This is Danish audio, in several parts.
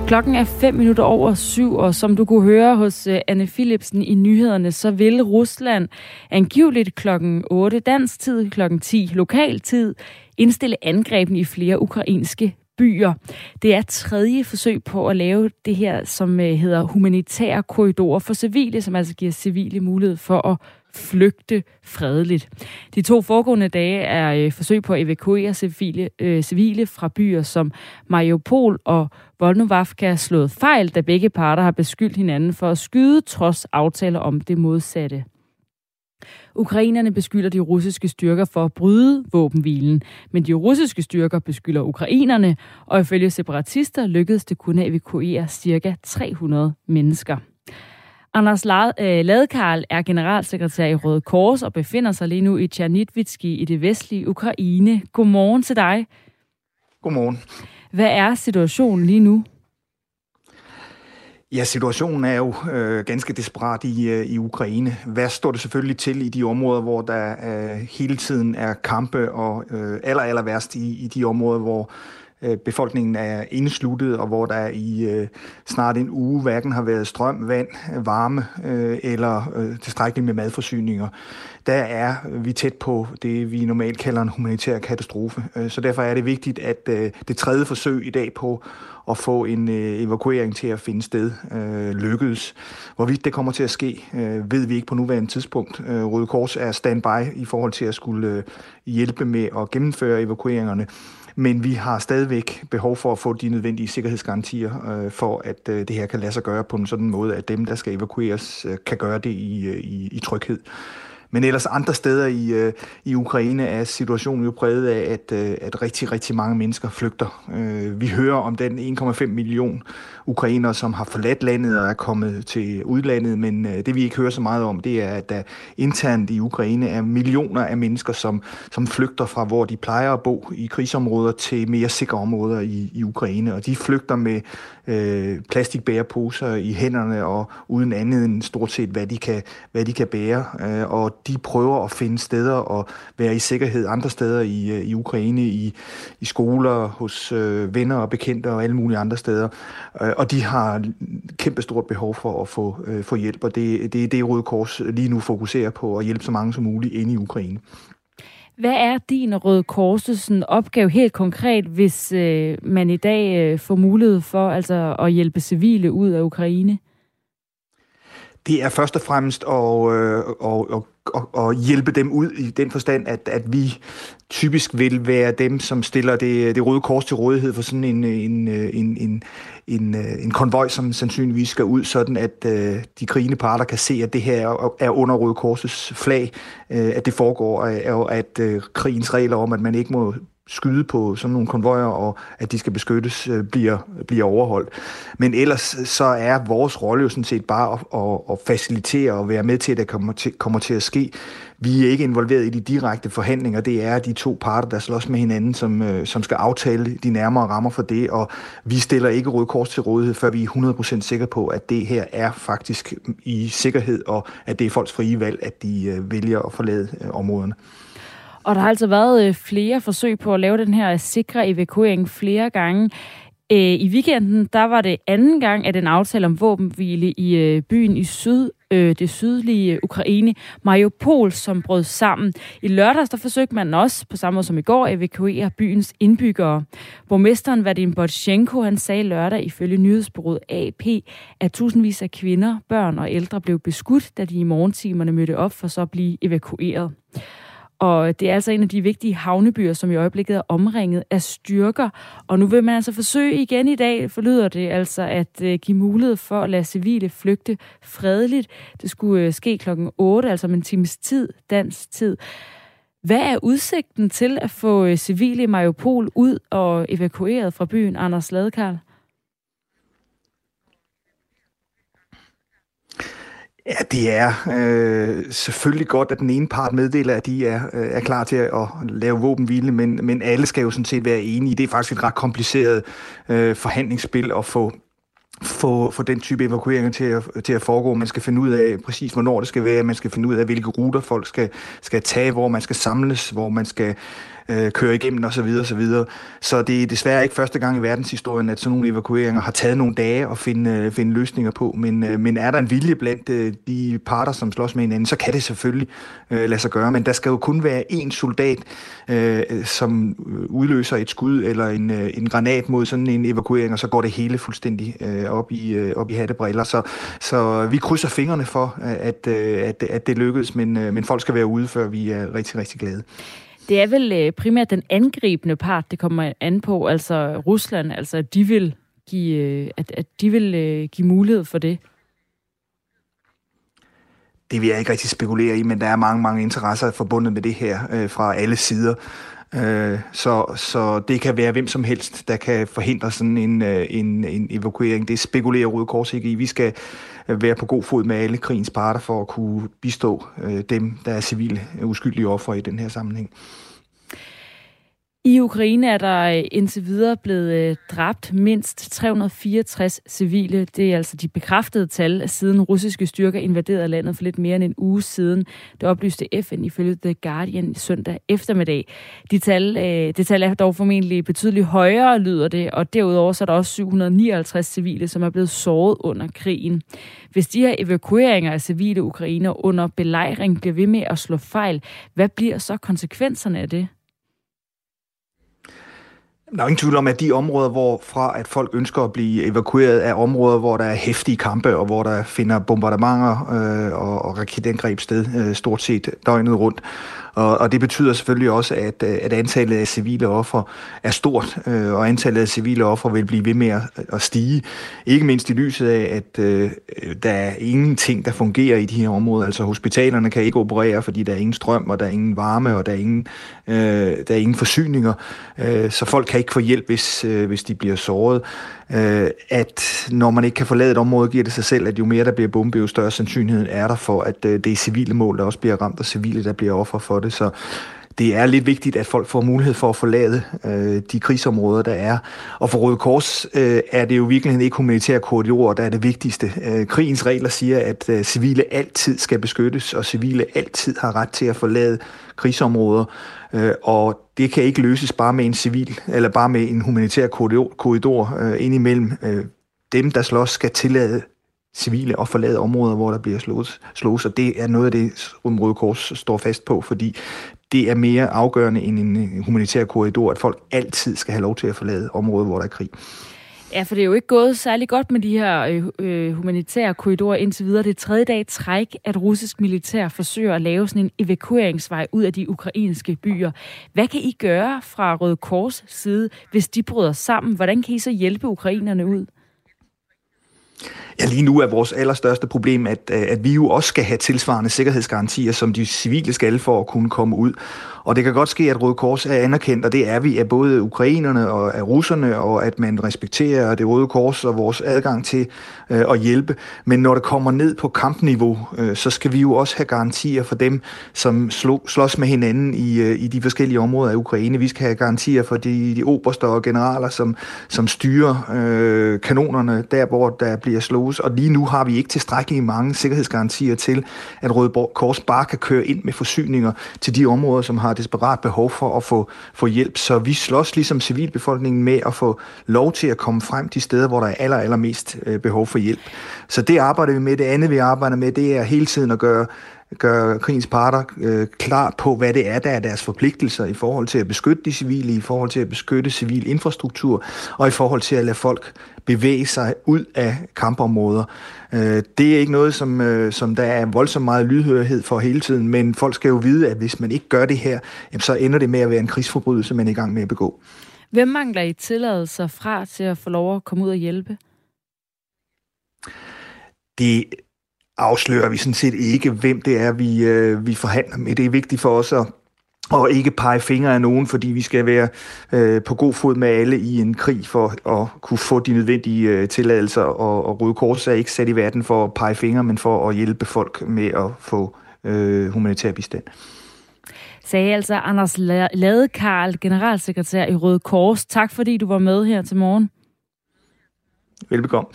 Klokken er 7:05, og som du kunne høre hos Anne Philipsen i nyhederne, så vil Rusland angiveligt klokken 8 dansk tid, klokken 10 lokal tid, indstille angrebene i flere ukrainske byer. Det er tredje forsøg på at lave det her, som hedder humanitære korridorer for civile, som altså giver civile mulighed for at flygte fredeligt. De 2 foregående dage er forsøg på at evakuere civile fra byer som Mariupol og Volnovavka slået fejl, da begge parter har beskyldt hinanden for at skyde trods aftaler om det modsatte. Ukrainerne beskylder de russiske styrker for at bryde våbenhvilen, men de russiske styrker beskylder ukrainerne, og ifølge separatister lykkedes det kun at evakuere ca. 300 mennesker. Anders Ladekarl er generalsekretær i Røde Kors og befinder sig lige nu i Tjernivtsi i det vestlige Ukraine. Godmorgen til dig. Godmorgen. Hvad er situationen lige nu? Ja, situationen er jo ganske desperat i Ukraine. Hvad står det selvfølgelig til i de områder, hvor der hele tiden er kampe, og aller værst i de områder, hvor befolkningen er indsluttet, og hvor der i snart en uge hverken har været strøm, vand, varme eller tilstrækkeligt med madforsyninger. Der er vi tæt på det, vi normalt kalder en humanitær katastrofe. Så derfor er det vigtigt, at det tredje forsøg i dag på at få en evakuering til at finde sted lykkedes. Hvorvidt det kommer til at ske, ved vi ikke på nuværende tidspunkt. Røde Kors er standby i forhold til at skulle hjælpe med at gennemføre evakueringerne. Men vi har stadigvæk behov for at få de nødvendige sikkerhedsgarantier for, at det her kan lade sig gøre på en sådan måde, at dem, der skal evakueres, kan gøre det i tryghed. Men ellers andre steder i Ukraine er situationen jo præget af, at rigtig mange mennesker flygter. Vi hører om den 1,5 million ukrainere, som har forladt landet og er kommet til udlandet, men det vi ikke hører så meget om, det er, at der internt i Ukraine er millioner af mennesker, som flygter fra, hvor de plejer at bo i krigsområder, til mere sikre områder i Ukraine. Og de flygter med plastikbæreposer i hænderne og uden andet end stort set, hvad de kan bære. Og de prøver at finde steder og være i sikkerhed andre steder i Ukraine, i skoler, hos venner og bekendte og alle mulige andre steder. Og de har kæmpestort behov for at få hjælp, og det er det, Røde Kors lige nu fokuserer på, at hjælpe så mange som muligt inde i Ukraine. Hvad er din og Røde Kors' opgave helt konkret, hvis man i dag får mulighed for altså at hjælpe civile ud af Ukraine? Det er først og fremmest at hjælpe dem ud i den forstand, at vi typisk vil være dem, som stiller det Røde Kors til rådighed for sådan en konvoj, som sandsynligvis skal ud, sådan at de krigende parter kan se, at det her er under Røde Kors' flag, at det foregår, og at krigens regler om, at man ikke må skyde på sådan nogle konvojer, og at de skal beskyttes, bliver overholdt. Men ellers så er vores rolle jo sådan set bare at facilitere og være med til, at det kommer til at ske. Vi er ikke involveret i de direkte forhandlinger. Det er de 2 parter, der slås med hinanden, som skal aftale de nærmere rammer for det, og vi stiller ikke Røde Kors til rådighed, før vi er 100% sikre på, at det her er faktisk i sikkerhed, og at det er folks frie valg, at de vælger at forlade områderne. Og der har altså været flere forsøg på at lave den her sikre evakuering flere gange. I weekenden, der var det anden gang, at en aftale om våbenhvile i byen i det sydlige Ukraine, Mariupol, som brød sammen. I lørdags, der forsøgte man også, på samme måde som i går, at evakuere byens indbyggere. Borgmesteren Vadim Botchenko, han sagde lørdag ifølge nyhedsbureauet AP, at tusindvis af kvinder, børn og ældre blev beskudt, da de i morgentimerne mødte op for så at blive evakueret. Og det er altså en af de vigtige havnebyer, som i øjeblikket er omringet af styrker. Og nu vil man altså forsøge igen i dag, forlyder det altså, at give mulighed for at lade civile flygte fredeligt. Det skulle ske klokken 8, altså om en times tid, dansk tid. Hvad er udsigten til at få civile i Mariupol ud og evakueret fra byen, Anders Ladekarl? Ja, det er selvfølgelig godt, at den ene part meddeler, at de er klar til at lave våbenhvile, men alle skal jo sådan set være enige. Det er faktisk et ret kompliceret forhandlingsspil at få den type evakueringer til at foregå. Man skal finde ud af præcis, hvornår det skal være. Man skal finde ud af, hvilke ruter folk skal tage, hvor man skal samles, hvor man skal kører igennem osv. osv. Så det er desværre ikke første gang i verdenshistorien, at sådan nogle evakueringer har taget nogle dage at finde løsninger på. Men er der en vilje blandt de parter, som slås med hinanden, så kan det selvfølgelig lade sig gøre. Men der skal jo kun være én soldat, som udløser et skud eller en granat mod sådan en evakuering, og så går det hele fuldstændig op i hattebriller. Så vi krydser fingrene for, at det lykkes, men folk skal være ude, før vi er rigtig, rigtig glade. Det er vel primært den angribende part, det kommer an på, altså Rusland, altså at de vil give mulighed for det. Det vil jeg ikke rigtig spekulere i, men der er mange, mange interesser forbundet med det her fra alle sider. Så det kan være hvem som helst, der kan forhindre sådan en evakuering. Det spekulerer Røde Kors ikke i. Vi skal være på god fod med alle krigens parter for at kunne bistå dem, der er civile uskyldige ofre i den her sammenhæng. I Ukraine er der indtil videre blevet dræbt mindst 364 civile. Det er altså de bekræftede tal, siden russiske styrker invaderede landet for lidt mere end en uge siden. Det oplyste FN ifølge The Guardian søndag eftermiddag. Det tal er dog formentlig betydeligt højere, lyder det, og derudover så er der også 759 civile, som er blevet såret under krigen. Hvis de her evakueringer af civile ukrainer under belejring bliver ved med at slå fejl, hvad bliver så konsekvenserne af det? Der er ingen tvivl om, at de områder, hvorfra at folk ønsker at blive evakueret, er områder, hvor der er heftige kampe, og hvor der finder bombardementer og raketangreb sted stort set døgnet rundt. Og det betyder selvfølgelig også, at antallet af civile ofre er stort, og antallet af civile ofre vil blive ved med at stige. Ikke mindst i lyset af, at der er ingenting, der fungerer i de her områder. Altså hospitalerne kan ikke operere, fordi der er ingen strøm, og der er ingen varme, og der er ingen forsyninger. Så folk kan ikke få hjælp, hvis de bliver såret. At når man ikke kan forlade et område, giver det sig selv, at jo mere der bliver bombet, jo større sandsynlighed er der for, at det er civile mål, der også bliver ramt, og civile, der bliver offer for det. Så det er lidt vigtigt, at folk får mulighed for at forlade de krigsområder, der er. Og for Røde Kors er det jo virkelig ikke humanitære korridorer, der er det vigtigste. Krigens regler siger, at civile altid skal beskyttes, og civile altid har ret til at forlade krigsområder. Og det kan ikke løses bare med en civil, eller bare med en humanitær korridor indimellem. Dem, der slås, skal tillade civile at forlade områder, hvor der bliver slås, og det er noget af det, som Røde Kors står fast på, fordi det er mere afgørende end en humanitær korridor, at folk altid skal have lov til at forlade områder, hvor der er krig. Ja, for det er jo ikke gået særlig godt med de her humanitære korridorer indtil videre. Det er tredje dag i træk, at russisk militær forsøger at lave sådan en evakueringsvej ud af de ukrainske byer. Hvad kan I gøre fra Røde Kors side, hvis de bryder sammen? Hvordan kan I så hjælpe ukrainerne ud? Ja, lige nu er vores allerstørste problem, at vi jo også skal have tilsvarende sikkerhedsgarantier, som de civile skal for at kunne komme ud. Og det kan godt ske, at Røde Kors er anerkendt, og det er vi af både ukrainerne og af russerne, og at man respekterer det Røde Kors og vores adgang til at hjælpe. Men når det kommer ned på kampniveau, så skal vi jo også have garantier for dem, som slås med hinanden i de forskellige områder af Ukraine. Vi skal have garantier for de oberster og generaler, som styrer kanonerne der, hvor der bliver slået. Og lige nu har vi ikke tilstrækkeligt mange sikkerhedsgarantier til, at Røde Kors bare kan køre ind med forsyninger til de områder, som har desperat behov for at få hjælp. Så vi slås ligesom civilbefolkningen med at få lov til at komme frem de steder, hvor der er allermest behov for hjælp. Så det arbejder vi med. Det andet, vi arbejder med, det er hele tiden at gøre krigens parter klar på, hvad det er, der er deres forpligtelser i forhold til at beskytte de civile, i forhold til at beskytte civil infrastruktur, og i forhold til at lade folk bevæge sig ud af kampområder. Det er ikke noget, som der er voldsomt meget lydhørhed for hele tiden, men folk skal jo vide, at hvis man ikke gør det her, så ender det med at være en krigsforbrydelse, man er i gang med at begå. Hvem mangler I tilladelser fra til at få lov at komme ud og hjælpe? Det afslører vi sådan set ikke, hvem det er, vi forhandler med. Det er vigtigt for os at ikke pege fingre af nogen, fordi vi skal være på god fod med alle i en krig for at kunne få de nødvendige tilladelser. Og Røde Kors er ikke sat i verden for at pege fingre, men for at hjælpe folk med at få humanitær bistand. Sagde altså Anders Ladekarl, generalsekretær i Røde Kors. Tak fordi du var med her til morgen. Velbekomme.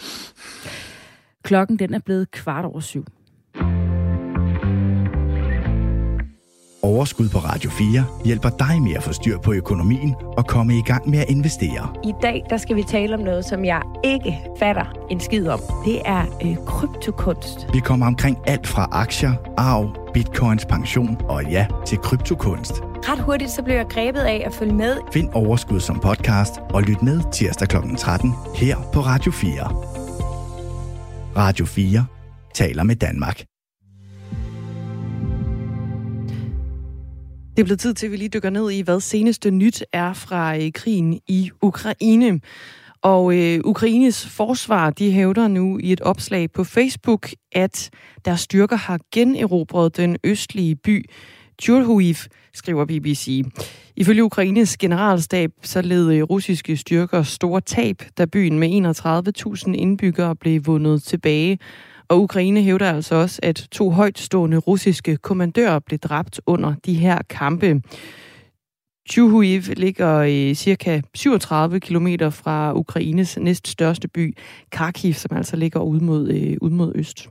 Klokken den er blevet 7:15. Overskud på Radio 4 hjælper dig med at få styr på økonomien og komme i gang med at investere. I dag der skal vi tale om noget, som jeg ikke fatter en skid om. Det er kryptokunst. Vi kommer omkring alt fra aktier, arv, bitcoins, pension og ja, til kryptokunst. Ret hurtigt så blev jeg grebet af at følge med. Find Overskud som podcast og lyt med tirsdag kl. 13 her på Radio 4. Radio 4 taler med Danmark. Det er blevet tid til, at vi lige dykker ned i, hvad seneste nyt er fra krigen i Ukraine. Og Ukraines forsvar, de hævder nu i et opslag på Facebook, at deres styrker har generobret den østlige by Tjurhuiv, skriver BBC. Ifølge Ukraines generalstab, så led russiske styrker store tab, da byen med 31.000 indbyggere blev vundet tilbage. Og Ukraine hævder altså også, at 2 højtstående russiske kommandører blev dræbt under de her kampe. Tjurhuiv ligger cirka 37 kilometer fra Ukraines næststørste by, Kharkiv, som altså ligger ud mod øst.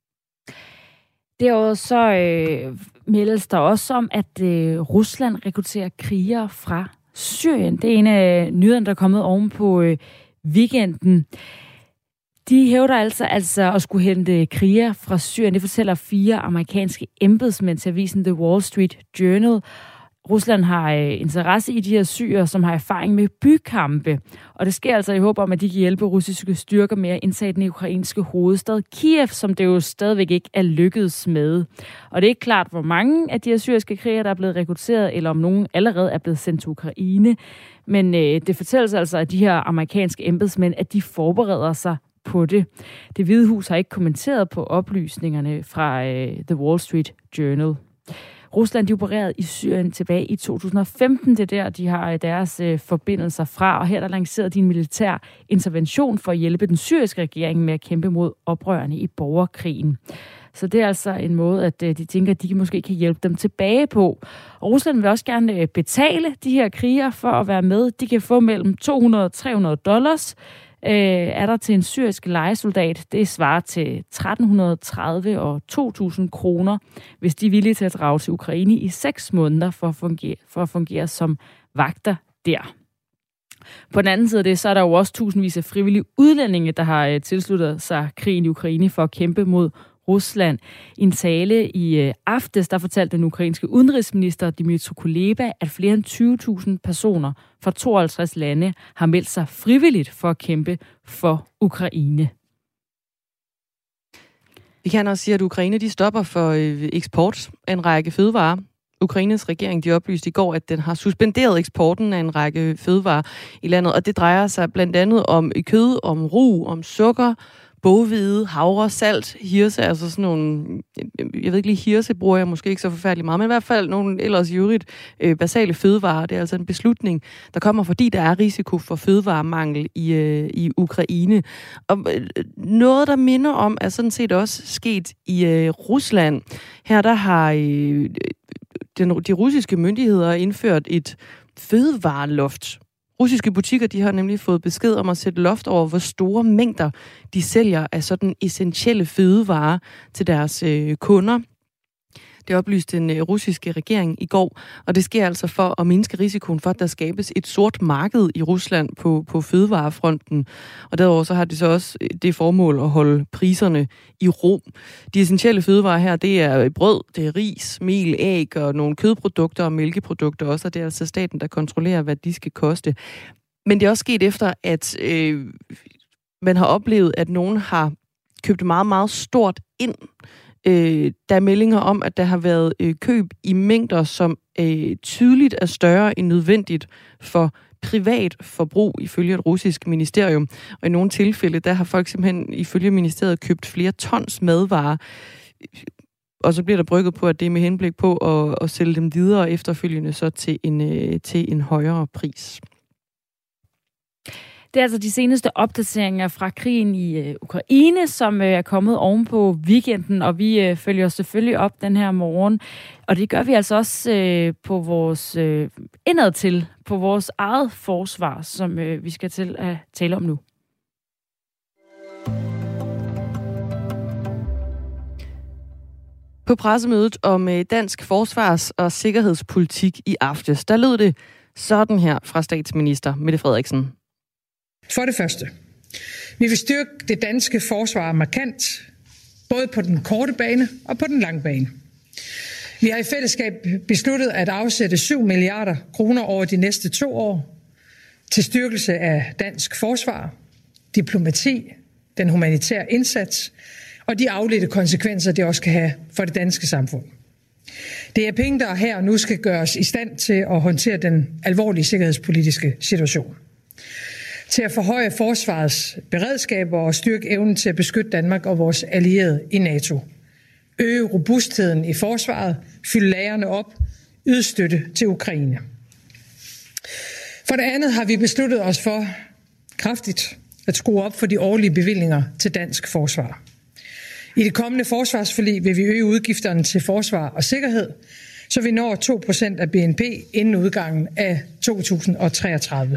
Derudover så meldes der også om, at Rusland rekrutterer krigere fra Syrien. Det er en af nyhederne, der er kommet oven på weekenden. De hævder altså at skulle hente krigere fra Syrien. Det fortæller 4 amerikanske embedsmænd til avisen The Wall Street Journal. Rusland har interesse i de her syrere, som har erfaring med bykampe. Og det sker altså i håb om, at de kan hjælpe russiske styrker med at indtage den ukrainske hovedstad Kiev, som det jo stadigvæk ikke er lykkedes med. Og det er ikke klart, hvor mange af de her syriske krigere, der er blevet rekrutteret, eller om nogen allerede er blevet sendt til Ukraine. Men det fortælles altså, at de her amerikanske embedsmænd, at de forbereder sig på det. Det Hvide Hus har ikke kommenteret på oplysningerne fra The Wall Street Journal. Rusland, de opererede i Syrien tilbage i 2015. Det er der, de har deres forbindelser fra, og her der lancerede de en militær intervention for at hjælpe den syriske regering med at kæmpe mod oprørerne i borgerkrigen. Så det er altså en måde, at de tænker, at de måske kan hjælpe dem tilbage på. Og Rusland vil også gerne betale de her krigere for at være med. De kan få mellem $200 og $300 er der til en syrisk lejesoldat. Det svarer til 1.330 og 2.000 kroner, hvis de er villige til at drage til Ukraine i 6 måneder for at fungere som vagter der. På den anden side af det, så er der jo også tusindvis af frivillige udlændinge, der har tilsluttet sig krigen i Ukraine for at kæmpe mod Rusland. I en tale i aftes, der fortalte den ukrainske udenrigsminister Dmytro Kuleba, at flere end 20.000 personer fra 52 lande har meldt sig frivilligt for at kæmpe for Ukraine. Vi kan også sige, at Ukraine de stopper for eksport af en række fødevarer. Ukraines regering de oplyste i går, at den har suspenderet eksporten af en række fødevarer i landet, og det drejer sig blandt andet om kød, om rug, om sukker, bovhvide, havre, salt, hirse, altså sådan nogle, jeg ved ikke lige, hirse bruger jeg måske ikke så forfærdeligt meget, men i hvert fald nogle ellers i øvrigt basale fødevarer. Det er altså en beslutning, der kommer, fordi der er risiko for fødevaremangel i Ukraine. Og noget, der minder om, er sådan set også sket i Rusland. Her der har de russiske myndigheder indført et fødevareloft. Russiske butikker, de har nemlig fået besked om at sætte loft over, hvor store mængder de sælger af sådan essentielle fødevarer til deres kunder. Det oplyste den russiske regering i går, og det sker altså for at mindske risikoen for, at der skabes et sort marked i Rusland på fødevarefronten. Og derudover så har det så også det formål at holde priserne i ro. De essentielle fødevarer her, det er brød, det er ris, mel, æg og nogle kødprodukter og mælkeprodukter også, og det er altså staten, der kontrollerer, hvad de skal koste. Men det er også sket efter, at man har oplevet, at nogen har købt meget, meget stort ind. Der er meldinger om, at der har været køb i mængder, som tydeligt er større end nødvendigt for privat forbrug, ifølge et russisk ministerium. Og i nogle tilfælde, der har folk simpelthen ifølge ministeriet købt flere tons madvarer, og så bliver der brygget på, at det er med henblik på at sælge dem videre efterfølgende så til en højere pris. Det er altså de seneste opdateringer fra krigen i Ukraine, som er kommet oven på weekenden, og vi følger selvfølgelig op den her morgen. Og det gør vi altså også på vores indadtil, på vores eget forsvar, som vi skal til at tale om nu. På pressemødet om dansk forsvars- og sikkerhedspolitik i aftes, der lød det sådan her fra statsminister Mette Frederiksen. For det første, vi vil styrke det danske forsvar markant, både på den korte bane og på den lange bane. Vi har i fællesskab besluttet at afsætte 7 milliarder kroner over de næste 2 år til styrkelse af dansk forsvar, diplomati, den humanitære indsats og de afledte konsekvenser, det også kan have for det danske samfund. Det er penge, der her og nu skal gøres i stand til at håndtere den alvorlige sikkerhedspolitiske situation. Til at forhøje forsvarets beredskaber og styrke evnen til at beskytte Danmark og vores allierede i NATO. Øge robustheden i forsvaret, fylde lagrene op, yde støtte til Ukraine. For det andet har vi besluttet os for kraftigt at skrue op for de årlige bevillinger til dansk forsvar. I det kommende forsvarsforlig vil vi øge udgifterne til forsvar og sikkerhed, så vi når 2% af BNP inden udgangen af 2033.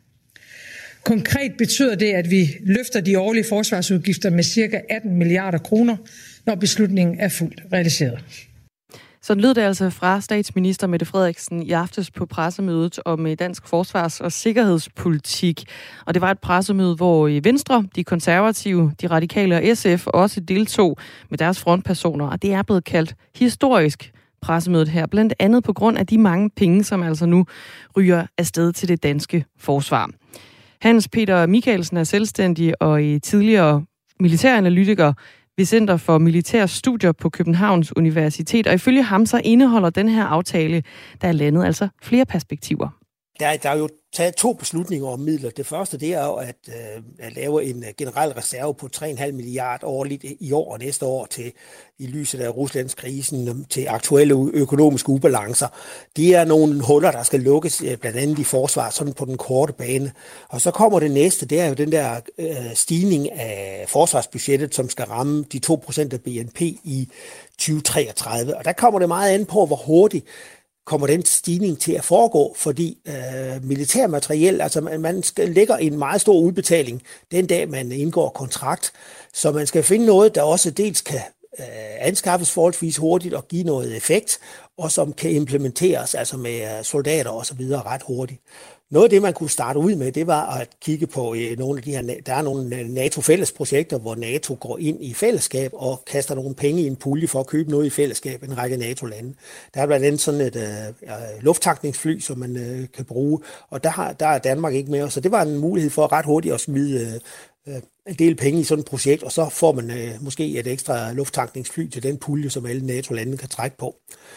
Konkret betyder det, at vi løfter de årlige forsvarsudgifter med ca. 18 milliarder kroner, når beslutningen er fuldt realiseret. Sådan lød det altså fra statsminister Mette Frederiksen i aftes på pressemødet om dansk forsvars- og sikkerhedspolitik. Og det var et pressemøde, hvor Venstre, de konservative, de radikale og SF også deltog med deres frontpersoner. Og det er blevet kaldt historisk pressemødet her, blandt andet på grund af de mange penge, som altså nu ryger afsted til det danske forsvar. Hans Peter Michaelsen er selvstændig og tidligere militæranalytiker ved Center for Militære Studier på Københavns Universitet, og ifølge ham så indeholder den her aftale, der er landet, altså flere perspektiver. Der er jo taget 2 beslutninger om midler. Det første, det er jo at lave en generel reserve på 3,5 milliarder årligt i år og næste år til i lyset af Ruslands krisen til aktuelle økonomiske ubalancer. Det er nogle huller, der skal lukkes, blandt andet i forsvar, sådan på den korte bane. Og så kommer det næste, det er jo den der stigning af forsvarsbudgettet, som skal ramme de 2% af BNP i 2033. Og der kommer det meget an på, hvor hurtigt kommer den stigning til at foregå, fordi militærmateriel, altså man lægger en meget stor udbetaling den dag, man indgår kontrakt, så man skal finde noget, der også dels kan anskaffes forholdsvis hurtigt og give noget effekt, og som kan implementeres, altså med soldater og så videre ret hurtigt. Noget af det, man kunne starte ud med, det var at kigge på nogle af de her, der er nogle NATO-fællesprojekter, hvor NATO går ind i fællesskab og kaster nogle penge i en pulje for at købe noget i fællesskab, en række NATO-lande. Der er blandt andet sådan et lufttankningsfly, som man kan bruge, og der er Danmark ikke med, så det var en mulighed for ret hurtigt at smide en del penge i sådan et projekt, og så får man måske et ekstra lufttankningsfly til den pulje, som alle NATO-lande kan trække på.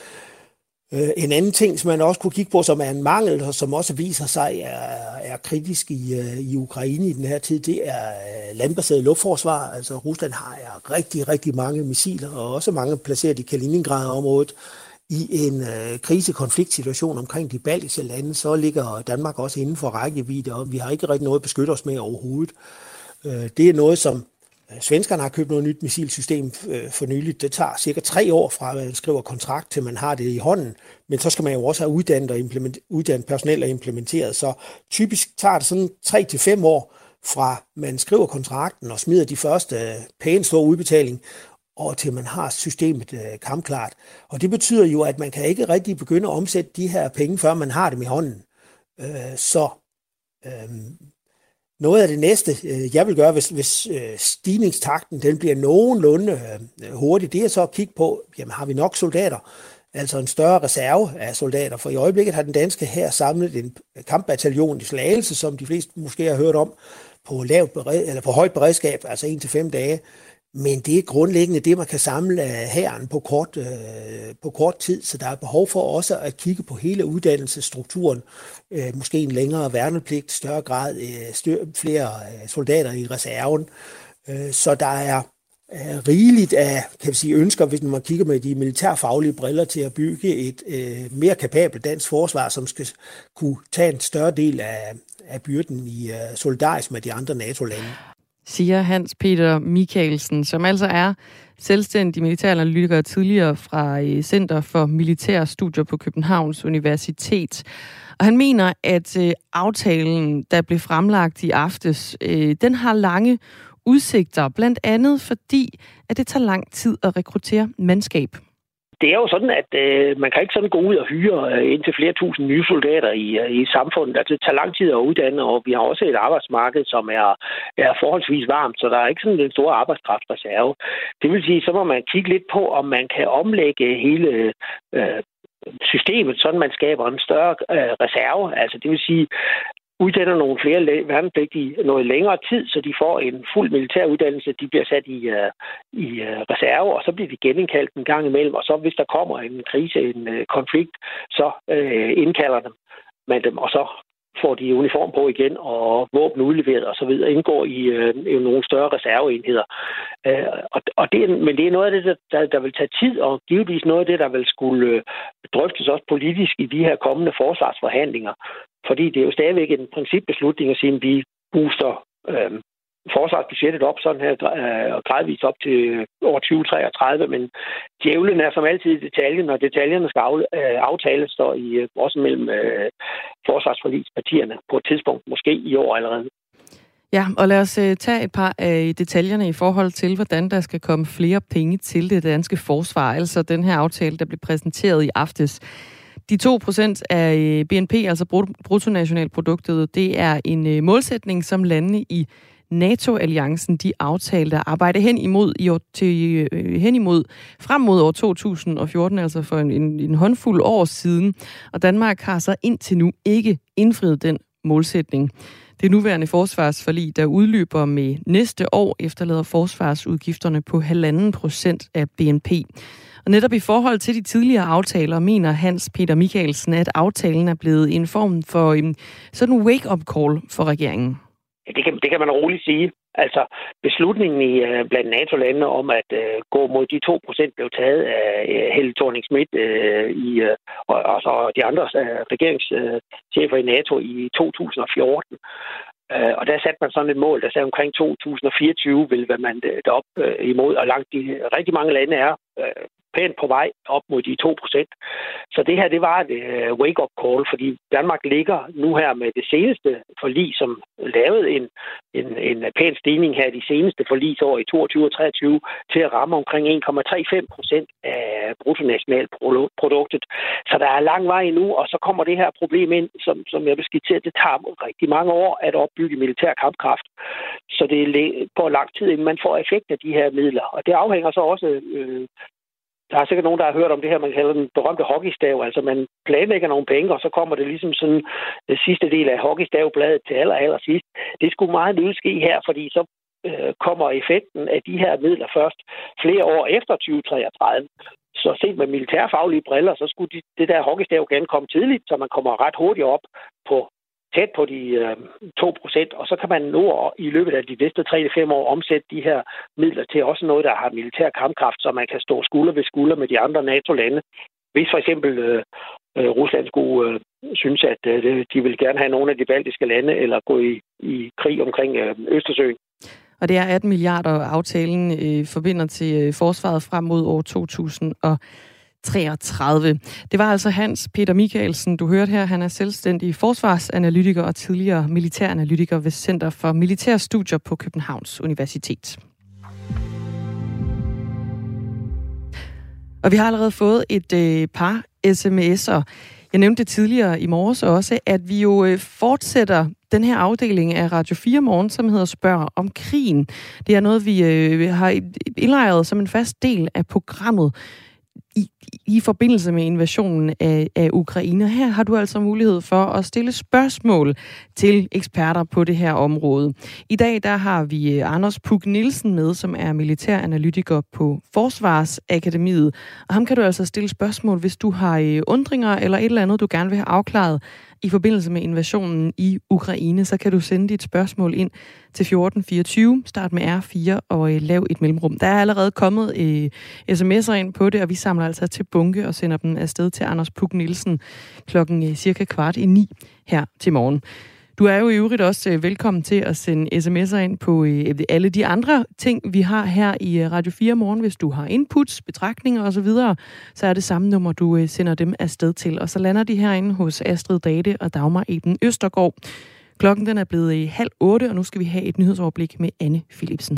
En anden ting, som man også kunne kigge på, som er en mangel, og som også viser sig er kritisk i Ukraine i den her tid, det er landbaseret luftforsvar. Altså Rusland har rigtig, rigtig mange missiler, og også mange placeret i Kaliningrad-området. I en krise-konfliktsituation omkring de baltiske lande, så ligger Danmark også inden for rækkevidde, og vi har ikke rigtig noget at beskytte os med overhovedet. Det er noget, som svenskerne har købt noget nyt missilsystem for nyligt. Det tager cirka 3 år fra, at man skriver kontrakt, til man har det i hånden. Men så skal man jo også have uddannet personel og implementeret. Så typisk tager det sådan 3-5 år fra, man skriver kontrakten og smider de første pæne store udbetaling, og til man har systemet kampklart. Og det betyder jo, at man kan ikke rigtig begynde at omsætte de her penge, før man har dem i hånden. Noget af det næste, jeg vil gøre, hvis stigningstakten den bliver nogenlunde hurtigt, det er så at kigge på, jamen har vi nok soldater? Altså en større reserve af soldater. For i øjeblikket har den danske hær samlet en kampbataljon i Slagelse, som de fleste måske har hørt om, på højt beredskab, altså 1-5 dage. Men det er grundlæggende det, man kan samle af hæren på kort tid, så der er behov for også at kigge på hele uddannelsesstrukturen, måske en længere værnepligt, større grad, flere soldater i reserven. Så der er rigeligt af, kan vi sige, ønsker, hvis man kigger med de militærfaglige briller, til at bygge et mere kapabelt dansk forsvar, som skal kunne tage en større del af byrden i solidarisk med de andre NATO-lande. Siger Hans Peter Michaelsen, som altså er selvstændig militæranalytiker tidligere fra Center for Militære Studier på Københavns Universitet. Og han mener, at aftalen, der blev fremlagt i aftes, den har lange udsigter, blandt andet fordi, at det tager lang tid at rekruttere mandskab. det er jo sådan, at man kan ikke sådan gå ud og hyre indtil flere tusind nye soldater i samfundet. Altså, det tager lang tid at uddanne, og vi har også et arbejdsmarked, som er forholdsvis varmt, så der er ikke sådan en stor arbejdskraftreserve. Det vil sige, så må man kigge lidt på, om man kan omlægge hele systemet, sådan man skaber en større reserve. Altså, det vil sige, uddanner nogle flere værnepligtige noget længere tid, så de får en fuld militær uddannelse, de bliver sat i reserve, og så bliver de genindkaldt en gang imellem, og så hvis der kommer en krise, en konflikt, så indkalder man dem, og så får de uniform på igen, og våben udleveret og så videre, indgår i nogle større reserveenheder. Men det er noget af det, der vil tage tid, og givetvis noget af det, der vil skulle drøftes også politisk i de her kommende forsvarsforhandlinger. Fordi det er jo stadigvæk en principbeslutning at sige, at vi booster forsvarsbudgettet op sådan her gradvist op til år 2033, men djævlen er som altid i detaljen, og detaljerne skal aftales står også mellem forsvarsforligspartierne på et tidspunkt, måske i år allerede. Ja, og lad os tage et par af detaljerne i forhold til, hvordan der skal komme flere penge til det danske forsvar, altså den her aftale, der blev præsenteret i aftes. De 2% af BNP, altså bruttonationalproduktet, det er en målsætning, som landene i NATO-alliancen, de aftalte at arbejde hen imod frem mod år 2014, altså for en håndfuld år siden. Og Danmark har så indtil nu ikke indfriet den målsætning. Det nuværende forsvarsforlig, der udløber med næste år, efterlader forsvarsudgifterne på 1,5% af BNP. Og netop i forhold til de tidligere aftaler, mener Hans Peter Michaelsen, at aftalen er blevet en form for sådan en wake-up call for regeringen. Ja, det kan man roligt sige. Altså, beslutningen blandt NATO-landene om at gå mod de 2% blev taget af Helle Thorning-Schmidt og så de andre regeringschefer i NATO i 2014. Og der satte man sådan et mål, der sagde omkring 2024 vil man derop imod, og rigtig mange lande er pænt på vej op mod de 2%. Så det her, det var et wake-up call, fordi Danmark ligger nu her med det seneste forlig, som lavede en pæn stigning her de seneste forligsår i 22 og 23 til at ramme omkring 1,35% af bruttonationalproduktet. Så der er lang vej endnu, og så kommer det her problem ind, som jeg vil skitsere, det tager rigtig mange år at opbygge militær kampkraft. Så det går lang tid, inden man får effekt af de her midler. Og det afhænger så også der er sikkert nogen, der har hørt om det her, man kalder den berømte hockeystav. Altså man planlægger nogle penge, og så kommer det ligesom sådan den sidste del af hockeystavbladet til aller sidst. Det skulle meget nødt ske her, fordi så kommer effekten af de her midler først flere år efter 2033. Så set med militærfaglige briller, så skulle det der hockeystav gerne komme tidligt, så man kommer ret hurtigt op på tæt på de 2%, og så kan man nu i løbet af de næste 3-5 år omsætte de her midler til også noget, der har militær kampkraft, så man kan stå skulder ved skulder med de andre NATO-lande. Hvis for eksempel Rusland skulle synes, at de vil gerne have nogle af de baltiske lande, eller gå i krig omkring Østersøen. Og det er 18 milliarder, aftalen forbinder til forsvaret frem mod år 2033. Det var altså Hans Peter Michaelsen, du hørte her. Han er selvstændig forsvarsanalytiker og tidligere militæranalytiker ved Center for Militære Studier på Københavns Universitet. Og vi har allerede fået et par sms'er. Jeg nævnte det tidligere i morges også, at vi jo fortsætter den her afdeling af Radio 4 Morgen, som hedder Spørg om krigen. Det er noget, vi har indlejret som en fast del af programmet i forbindelse med invasionen af Ukraine. Her har du altså mulighed for at stille spørgsmål til eksperter på det her område. I dag der har vi Anders Puk Nielsen med, som er militæranalytiker på Forsvarsakademiet. Og ham kan du altså stille spørgsmål, hvis du har undringer eller et eller andet, du gerne vil have afklaret i forbindelse med invasionen i Ukraine. Så kan du sende dit spørgsmål ind til 1424, start med R4 og lav et mellemrum. Der er allerede kommet sms'er ind på det, og vi samler altså til bunke og sender dem afsted til Anders Puk Nielsen klokken cirka 8:15 her til morgen. Du er jo i øvrigt også velkommen til at sende sms'er ind på alle de andre ting, vi har her i Radio 4 Morgen. Hvis du har inputs, betragtninger osv., så er det samme nummer, du sender dem afsted til. Og så lander de herinde hos Astrid Date og Dagmar Eben Østergaard. Klokken den er blevet 7:30, og nu skal vi have et nyhedsoverblik med Anne Philipsen.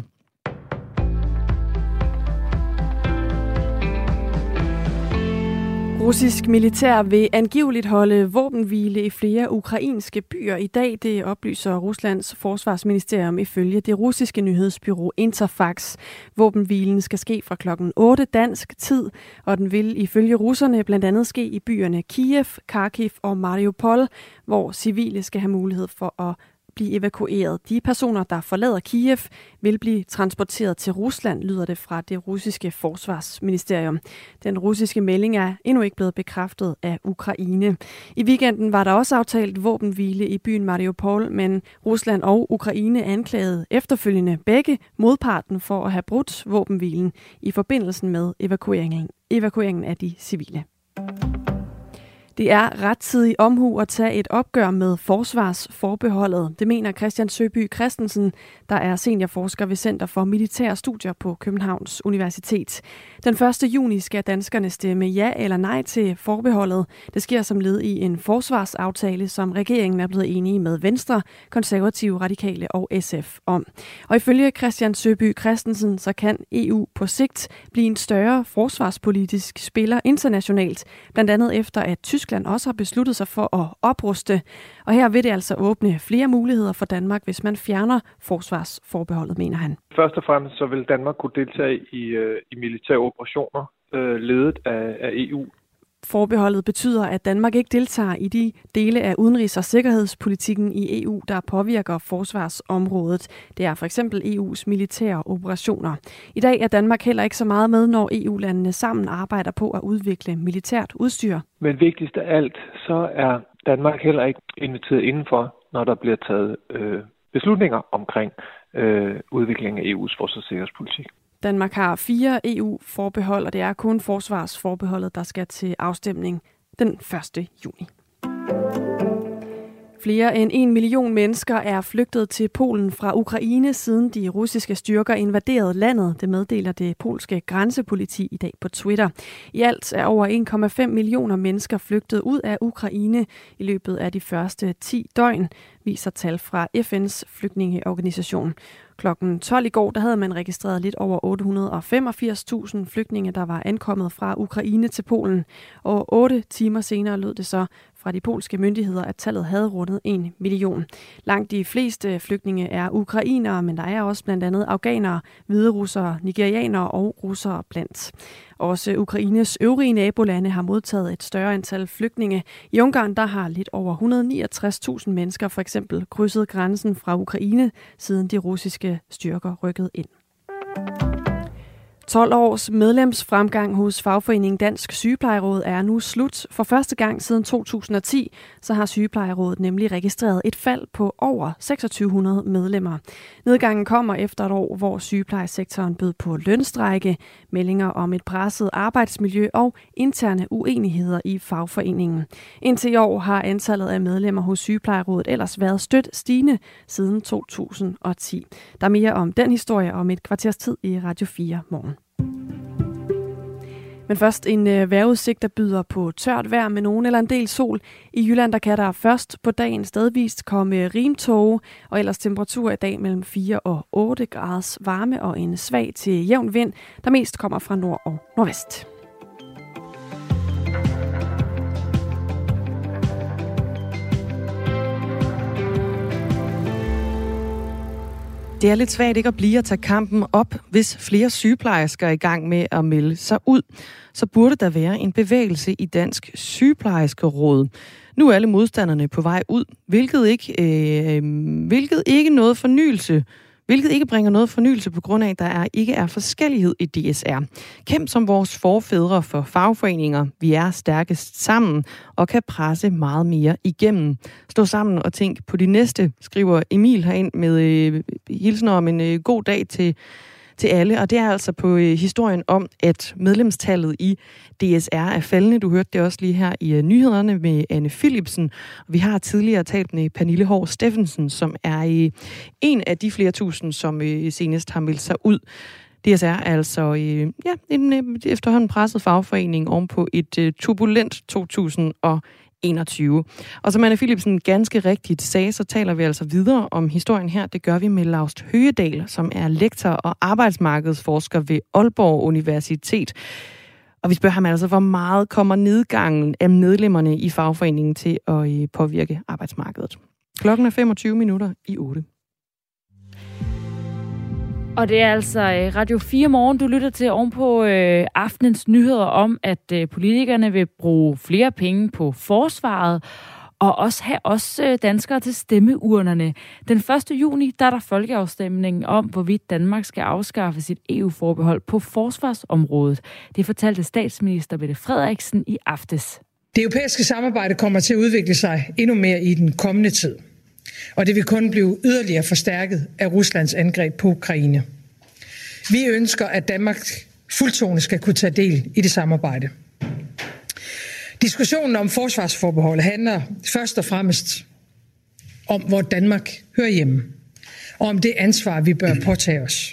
Russisk militær vil angiveligt holde våbenhvile i flere ukrainske byer i dag. Det oplyser Ruslands forsvarsministerium ifølge det russiske nyhedsbureau Interfax. Våbenhvilen skal ske fra klokken 8 dansk tid, og den vil ifølge russerne blandt andet ske i byerne Kiev, Kharkiv og Mariupol, hvor civile skal have mulighed for at blive evakueret. De personer, der forlader Kiev, vil blive transporteret til Rusland, lyder det fra det russiske forsvarsministerium. Den russiske melding er endnu ikke blevet bekræftet af Ukraine. I weekenden var der også aftalt våbenhvile i byen Mariupol, men Rusland og Ukraine anklagede efterfølgende begge modparten for at have brudt våbenhvilen i forbindelse med evakueringen af de civile. Det er rettidig omhu at tage et opgør med forsvarsforbeholdet. Det mener Christian Søby Christensen, der er seniorforsker ved Center for Militære Studier på Københavns Universitet. Den 1. juni skal danskerne stemme ja eller nej til forbeholdet. Det sker som led i en forsvarsaftale, som regeringen er blevet enige med Venstre, Konservative, Radikale og SF om. Og ifølge Christian Søby Christensen, så kan EU på sigt blive en større forsvarspolitisk spiller internationalt, blandt andet efter at Tyskland også har besluttet sig for at opruste. Og her vil det altså åbne flere muligheder for Danmark, hvis man fjerner forsvarsforbeholdet, mener han. Først og fremmest så vil Danmark kunne deltage i militære operationer ledet af EU. Forbeholdet betyder, at Danmark ikke deltager i de dele af udenrigs- og sikkerhedspolitikken i EU, der påvirker forsvarsområdet. Det er for eksempel EU's militære operationer. I dag er Danmark heller ikke så meget med, når EU-landene sammen arbejder på at udvikle militært udstyr. Men vigtigst af alt, så er Danmark heller ikke inviteret indenfor, når der bliver taget beslutninger omkring udviklingen af EU's forsvars- og sikkerhedspolitik. Danmark har 4 EU-forbehold, og det er kun forsvarsforbeholdet, der skal til afstemning den 1. juni. Flere end 1 million mennesker er flygtet til Polen fra Ukraine, siden de russiske styrker invaderede landet. Det meddeler det polske grænsepoliti i dag på Twitter. I alt er over 1,5 millioner mennesker flygtet ud af Ukraine i løbet af de første 10 døgn, viser tal fra FN's flygtningeorganisation. Klokken 12 i går, der havde man registreret lidt over 885.000 flygtninge, der var ankommet fra Ukraine til Polen. Og 8 timer senere lød det så fra de polske myndigheder, at tallet havde rundet 1 million. Langt de fleste flygtninge er ukrainere, men der er også blandt andet afghanere, hviderussere, nigerianere og russere blandt. Også Ukraines øvrige nabolande har modtaget et større antal flygtninge. I Ungarn der har lidt over 169.000 mennesker for eksempel krydset grænsen fra Ukraine, siden de russiske styrker rykkede ind. 12 års medlemsfremgang hos fagforeningen Dansk Sygeplejeråd er nu slut. For første gang siden 2010, så har Sygeplejerådet nemlig registreret et fald på over 2600 medlemmer. Nedgangen kommer efter et år, hvor sygeplejesektoren bød på lønstrejke, meldinger om et presset arbejdsmiljø og interne uenigheder i fagforeningen. Indtil i år har antallet af medlemmer hos Sygeplejerådet ellers været stødt stigende siden 2010. Der er mere om den historie om et kvarters tid i Radio 4 morgen. Men først en vejrudsigt, der byder på tørt vejr med nogen eller en del sol. I Jylland der kan der først på dagen stedvist komme rimtåge, og ellers temperatur i dag mellem 4 og 8 graders varme og en svag til jævn vind, der mest kommer fra nord og nordvest. Det er lidt svært ikke at blive at tage kampen op, hvis flere sygeplejersker er i gang med at melde sig ud. Så burde der være en bevægelse i Dansk Sygeplejerskeråd. Nu er alle modstanderne på vej ud, hvilket ikke bringer noget fornyelse på grund af, at der ikke er forskellighed i DSR. Kæmp som vores forfædre for fagforeninger. Vi er stærkest sammen og kan presse meget mere igennem. Stå sammen og tænk på de næste, skriver Emil herind med hilsen om en god dag til alle. Og det er altså på historien om, at medlemstallet i DSR er faldende. Du hørte det også lige her i nyhederne med Anne Philipsen. Vi har tidligere talt med Pernille Hår Steffensen, som er en af de flere tusind, som senest har meldt sig ud. DSR er altså en efterhånden presset fagforening ovenpå et turbulent 2021. Og som Anne Philipsen ganske rigtigt sagde, så taler vi altså videre om historien her. Det gør vi med Laust Høgedal, som er lektor og arbejdsmarkedsforsker ved Aalborg Universitet. Og vi spørger ham altså, hvor meget kommer nedgangen af medlemmerne i fagforeningen til at påvirke arbejdsmarkedet. Klokken er 7:25. Og det er altså Radio 4 Morgen, du lytter til ovenpå aftenens nyheder om, at politikerne vil bruge flere penge på forsvaret, og også have os danskere til stemmeurnerne. Den 1. juni, der er der folkeafstemning om, hvorvidt Danmark skal afskaffe sit EU-forbehold på forsvarsområdet. Det fortalte statsminister Mette Frederiksen i aftes. Det europæiske samarbejde kommer til at udvikle sig endnu mere i den kommende tid. Og det vil kun blive yderligere forstærket af Ruslands angreb på Ukraine. Vi ønsker, at Danmark fuldtonet skal kunne tage del i det samarbejde. Diskussionen om forsvarsforbeholdet handler først og fremmest om, hvor Danmark hører hjemme, og om det ansvar, vi bør påtage os.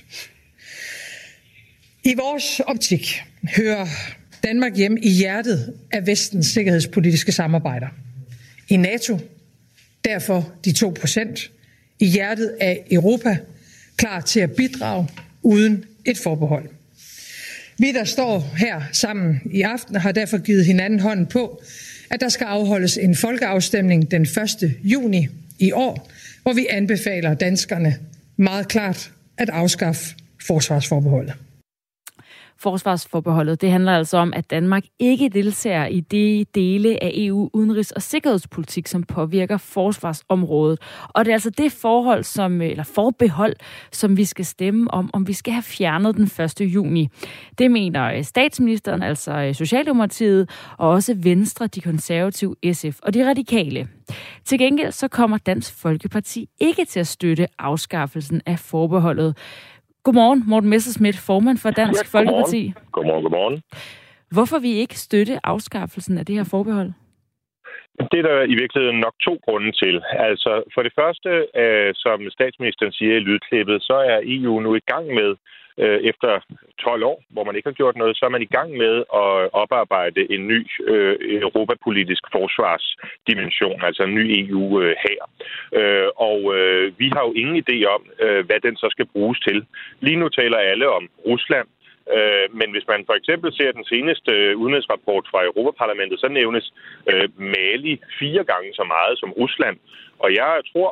I vores optik hører Danmark hjemme i hjertet af Vestens sikkerhedspolitiske samarbejder. I NATO, derfor de 2%, i hjertet af Europa, klar til at bidrage uden et forbehold. Vi, der står her sammen i aften, har derfor givet hinanden hånden på, at der skal afholdes en folkeafstemning den 1. juni i år, hvor vi anbefaler danskerne meget klart at afskaffe forsvarsforbeholdet. Forsvarsforbeholdet, det handler altså om, at Danmark ikke deltager i de dele af EU udenrigs- og sikkerhedspolitik, som påvirker forsvarsområdet. Og det er altså det forbehold, som vi skal stemme om vi skal have fjernet den 1. juni. Det mener statsministeren, altså Socialdemokratiet, og også Venstre, de konservative, SF og de radikale. Til gengæld så kommer Dansk Folkeparti ikke til at støtte afskaffelsen af forbeholdet. Godmorgen, Morten Messerschmidt, formand for Dansk Folkeparti. Godmorgen. Hvorfor vil I ikke støtte afskaffelsen af det her forbehold? Det er der i virkeligheden nok 2 grunde til. Altså for det første, som statsministeren siger i lydklippet, så er EU nu i gang med, efter 12 år, hvor man ikke har gjort noget, så er man i gang med at oparbejde en ny europapolitisk forsvarsdimension, altså en ny EU-hær. Og vi har jo ingen idé om, hvad den så skal bruges til. Lige nu taler alle om Rusland. Men hvis man for eksempel ser den seneste udenrigsrapport fra Europaparlamentet, så nævnes Mali 4 gange så meget som Rusland. Og jeg tror,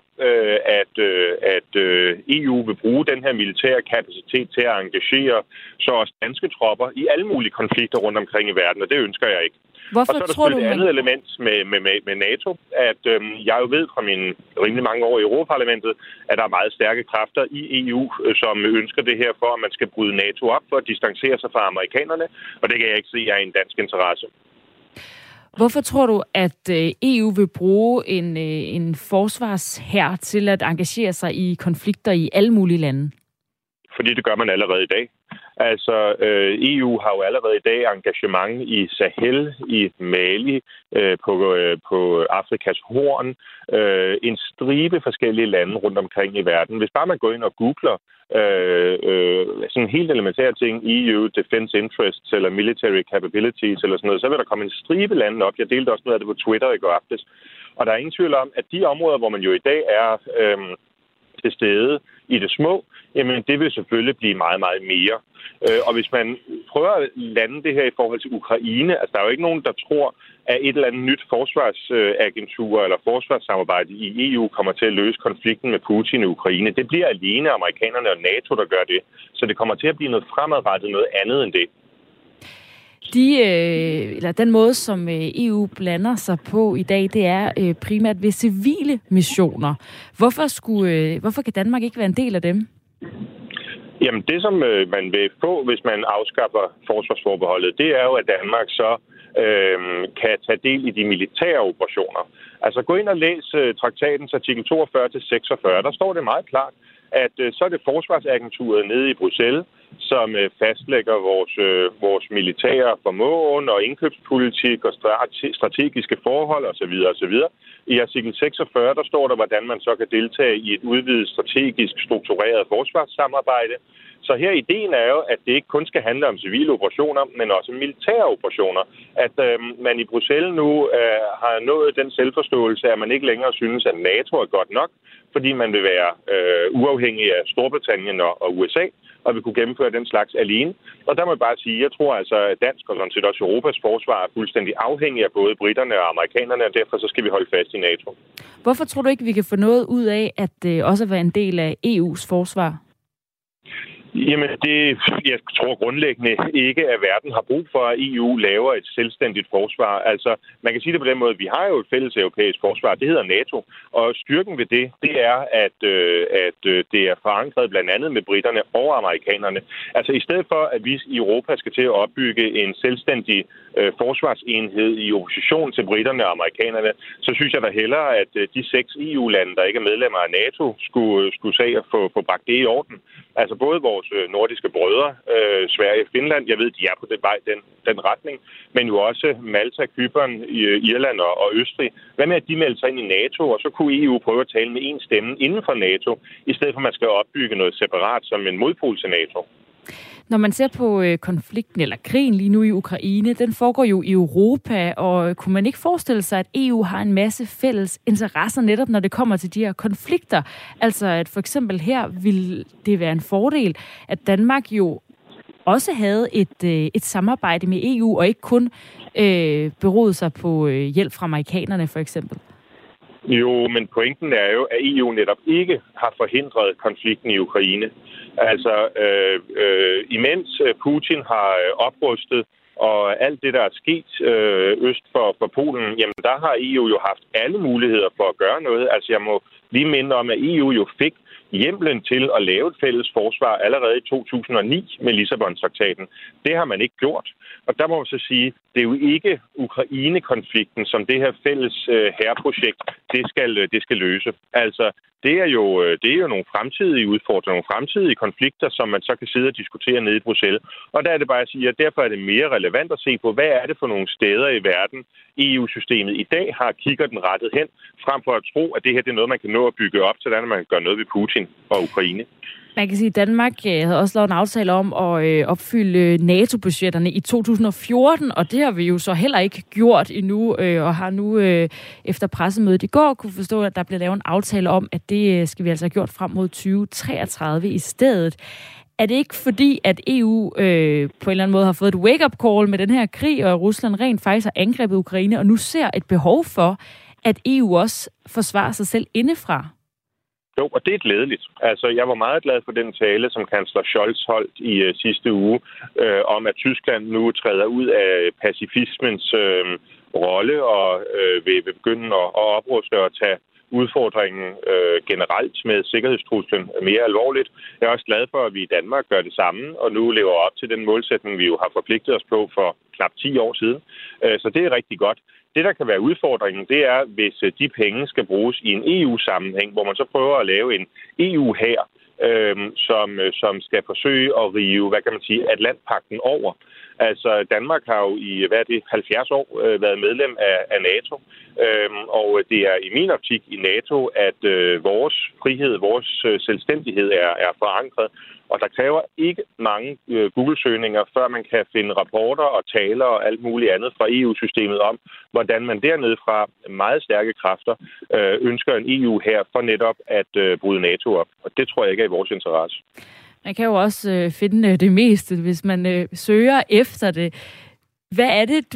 at EU vil bruge den her militære kapacitet til at engagere så også danske tropper i alle mulige konflikter rundt omkring i verden, og det ønsker jeg ikke. Hvorfor og så er der tror du, et andet element med NATO, at jeg jo ved fra mine rimelig mange år i Europaparlamentet, at der er meget stærke kræfter i EU, som ønsker det her for, at man skal bryde NATO op for at distancere sig fra amerikanerne, og det kan jeg ikke se er en dansk interesse. Hvorfor tror du, at EU vil bruge en forsvarshær til at engagere sig i konflikter i alle mulige lande? Fordi det gør man allerede i dag. Altså, EU har jo allerede i dag engagement i Sahel, i Mali, på Afrikas Horn, en stribe forskellige lande rundt omkring i verden. Hvis bare man går ind og googler sådan helt elementære ting, EU, Defense Interests eller Military Capabilities eller sådan noget, så vil der komme en stribe lande op. Jeg delte også noget af det på Twitter i går aftes. Og der er ingen tvivl om, at de områder, hvor man jo i dag er til stede i det små, jamen det vil selvfølgelig blive meget, meget mere. Og hvis man prøver at lande det her i forhold til Ukraine, altså der er jo ikke nogen, der tror, at et eller andet nyt forsvarsagentur eller forsvarssamarbejde i EU kommer til at løse konflikten med Putin i Ukraine. Det bliver alene amerikanerne og NATO, der gør det. Så det kommer til at blive noget fremadrettet, noget andet end det. Den måde, som EU blander sig på i dag, det er primært ved civile missioner. Hvorfor kan Danmark ikke være en del af dem? Jamen det, som man vil få, hvis man afskaffer forsvarsforbeholdet, det er jo, at Danmark så kan tage del i de militære operationer. Altså gå ind og læs traktatens artikel 42-46. Der står det meget klart, at så er det forsvarsagenturet nede i Bruxelles, som fastlægger vores militære formåen og indkøbspolitik og strategiske forhold osv. osv. I artikel 46, der står der, hvordan man så kan deltage i et udvidet strategisk struktureret forsvarssamarbejde. Så her ideen er jo, at det ikke kun skal handle om civile operationer, men også militære operationer. At man i Bruxelles nu har nået den selvforståelse, at man ikke længere synes, at NATO er godt nok, fordi man vil være uafhængig af Storbritannien og USA. og vil kunne gennemføre den slags alene. Og der må jeg bare sige, jeg tror altså, at dansk og sådan set også Europas forsvar er fuldstændig afhængig af både briterne og amerikanerne, og derfor så skal vi holde fast i NATO. Hvorfor tror du ikke, vi kan få noget ud af, at også være en del af EU's forsvar? Jamen, jeg tror grundlæggende ikke, at verden har brug for, at EU laver et selvstændigt forsvar. Altså, man kan sige det på den måde, vi har jo et fælles europæisk forsvar, det hedder NATO, og styrken ved det er, at det er forankret blandt andet med briterne og amerikanerne. Altså, i stedet for, at vi i Europa skal til at opbygge en selvstændig forsvarsenhed i opposition til briterne og amerikanerne, så synes jeg da hellere, at de 6 EU-lande, der ikke er medlemmer af NATO, skulle se at få bragt det i orden. Altså både vores nordiske brødre, Sverige og Finland, jeg ved, de er på den vej, den retning, men jo også Malta, Cypern, Irland og Østrig. Hvad med, at de melder sig ind i NATO, og så kunne EU prøve at tale med én stemme inden for NATO, i stedet for at man skal opbygge noget separat som en modpol til NATO? Når man ser på konflikten eller krigen lige nu i Ukraine, den foregår jo i Europa, og kunne man ikke forestille sig, at EU har en masse fælles interesser netop, når det kommer til de her konflikter? Altså, at for eksempel her vil det være en fordel, at Danmark jo også havde et samarbejde med EU, og ikke kun beroede sig på hjælp fra amerikanerne, for eksempel. Jo, men pointen er jo, at EU netop ikke har forhindret konflikten i Ukraine. Altså, imens Putin har oprustet, og alt det, der er sket øst for Polen, jamen der har EU jo haft alle muligheder for at gøre noget. Altså, jeg må lige minde om, at EU jo fik hjemmelen til at lave et fælles forsvar allerede i 2009 med Lissabon-traktaten. Det har man ikke gjort. Og der må man så sige, det er jo ikke Ukraine-konflikten, som det her fælles hærprojekt, det skal løse. Altså, det er jo nogle fremtidige udfordringer, nogle fremtidige konflikter, som man så kan sidde og diskutere nede i Bruxelles. Og der er det bare at sige, at derfor er det mere relevant at se på, hvad er det for nogle steder i verden, EU-systemet i dag har kigger den rettet hen, frem for at tro, at det her det er noget, man kan nå at bygge op, sådan at man kan gøre noget ved Putin og Ukraine. Man kan sige, at Danmark havde også lavet en aftale om at opfylde NATO-budgetterne i 2014, og det har vi jo så heller ikke gjort endnu, og har nu efter pressemødet i går kunne forstå, at der blev lavet en aftale om, at det skal vi altså have gjort frem mod 2033 i stedet. Er det ikke fordi, at EU på en eller anden måde har fået et wake-up call med den her krig, og Rusland rent faktisk har angrebet Ukraine, og nu ser et behov for, at EU også forsvarer sig selv indefra? Jo, og det er glædeligt. Altså, jeg var meget glad for den tale, som kansler Scholz holdt i sidste uge, om at Tyskland nu træder ud af pacifismens rolle og vil begynde at opruste og tage udfordringen generelt med sikkerhedstruslen mere alvorligt. Jeg er også glad for, at vi i Danmark gør det samme, og nu lever op til den målsætning, vi jo har forpligtet os på for knap 10 år siden. Så det er rigtig godt. Det, der kan være udfordringen, det er, hvis de penge skal bruges i en EU-sammenhæng, hvor man så prøver at lave en EU-hær, som skal forsøge at rive, hvad kan man sige, Atlantpagten over. Altså, Danmark har jo i 70 år været medlem af NATO, og det er i min optik i NATO, at vores frihed, vores selvstændighed er forankret. Og der kræver ikke mange Google-søgninger, før man kan finde rapporter og taler og alt muligt andet fra EU-systemet om, hvordan man dernede fra meget stærke kræfter ønsker en EU her for netop at bryde NATO op. Og det tror jeg ikke er i vores interesse. Man kan jo også finde det meste, hvis man søger efter det. Hvad er det,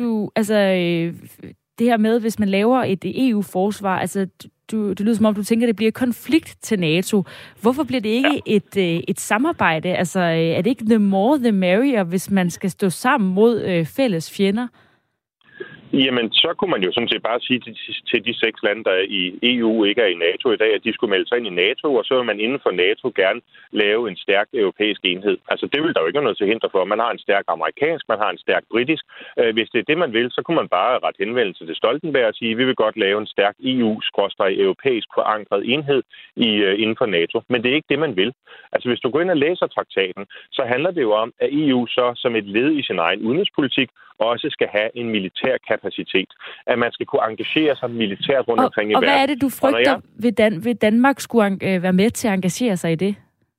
det her med, hvis man laver et EU-forsvar, altså det lyder som om, du tænker, det bliver konflikt til NATO. Hvorfor bliver det ikke et samarbejde? Altså, er det ikke the more the merrier, hvis man skal stå sammen mod fælles fjender? Jamen, så kunne man jo sådan set bare sige til de 6 lande, der i EU ikke er i NATO i dag, at de skulle melde sig ind i NATO, og så vil man inden for NATO gerne lave en stærk europæisk enhed. Altså, det vil der jo ikke være noget til hinder for. Man har en stærk amerikansk, man har en stærk britisk. Hvis det er det, man vil, så kunne man bare rette henvendelse til Stoltenberg og sige, at vi vil godt lave en stærk EU-europæisk forankret enhed inden for NATO. Men det er ikke det, man vil. Altså, hvis du går ind og læser traktaten, så handler det jo om, at EU så som et led i sin egen udenrigspolitik også skal have en militær kapacitet. At man skal kunne engagere sig militært rundt omkring i verden. Og hvad er det, du frygter ved Danmark skulle være med til at engagere sig i det?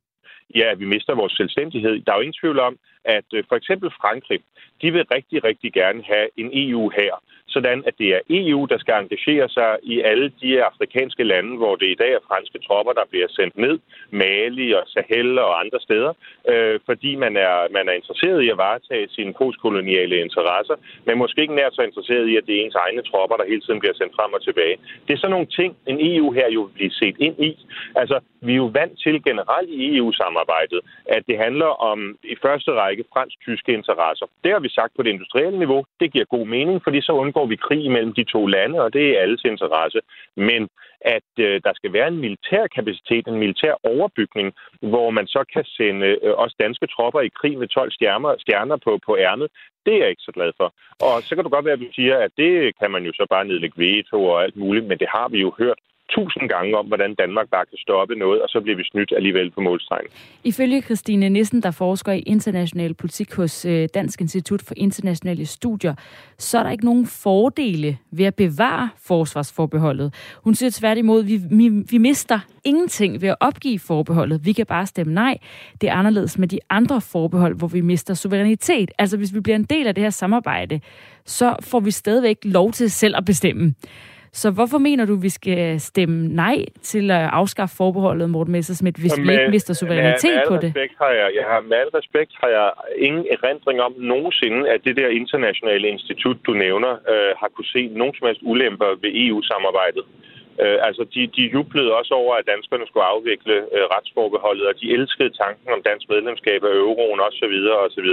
ja, at vi mister vores selvstændighed. Der er jo ingen tvivl om, at for eksempel Frankrig, de vil rigtig, rigtig gerne have en EU-hær, sådan at det er EU, der skal engagere sig i alle de afrikanske lande, hvor det i dag er franske tropper, der bliver sendt ned, Mali og Sahel og andre steder, fordi man er interesseret i at varetage sine postkoloniale interesser, men måske ikke nær så interesseret i, at det er ens egne tropper, der hele tiden bliver sendt frem og tilbage. Det er sådan nogle ting, en EU her jo bliver set ind i. Altså, vi er jo vant til generelt i EU-samarbejdet, at det handler om i første række fransk-tyske interesser. Det har vi sagt på det industrielle niveau. Det giver god mening, fordi så undgår vi krig mellem de to lande, og det er alles interesse. Men at der skal være en militær kapacitet, en militær overbygning, hvor man så kan sende også danske tropper i krig med 12 stjerner på ærmet, det er jeg ikke så glad for. Og så kan du godt være, at du siger, at det kan man jo så bare nedlægge veto og alt muligt, men det har vi jo hørt 1000 gange om, hvordan Danmark bare kan stoppe noget, og så bliver vi snydt alligevel på målstregen. Ifølge Christine Nissen, der forsker i international politik hos Dansk Institut for Internationale Studier, så er der ikke nogen fordele ved at bevare forsvarsforbeholdet. Hun siger tværtimod, vi mister ingenting ved at opgive forbeholdet. Vi kan bare stemme nej. Det er anderledes med de andre forbehold, hvor vi mister suverænitet. Altså hvis vi bliver en del af det her samarbejde, så får vi stadigvæk lov til selv at bestemme. Så hvorfor mener du, vi skal stemme nej til at afskaffe forbeholdet, Morten Messerschmidt, hvis vi ikke mister suverænitet på det? Med al respekt har jeg ingen erindring om nogensinde, at det der internationale institut, du nævner, har kunne se nogen som helst ulemper ved EU-samarbejdet. Altså, de jublede også over, at danskerne skulle afvikle retsforbeholdet, og de elskede tanken om dansk medlemskab af euroen osv. osv.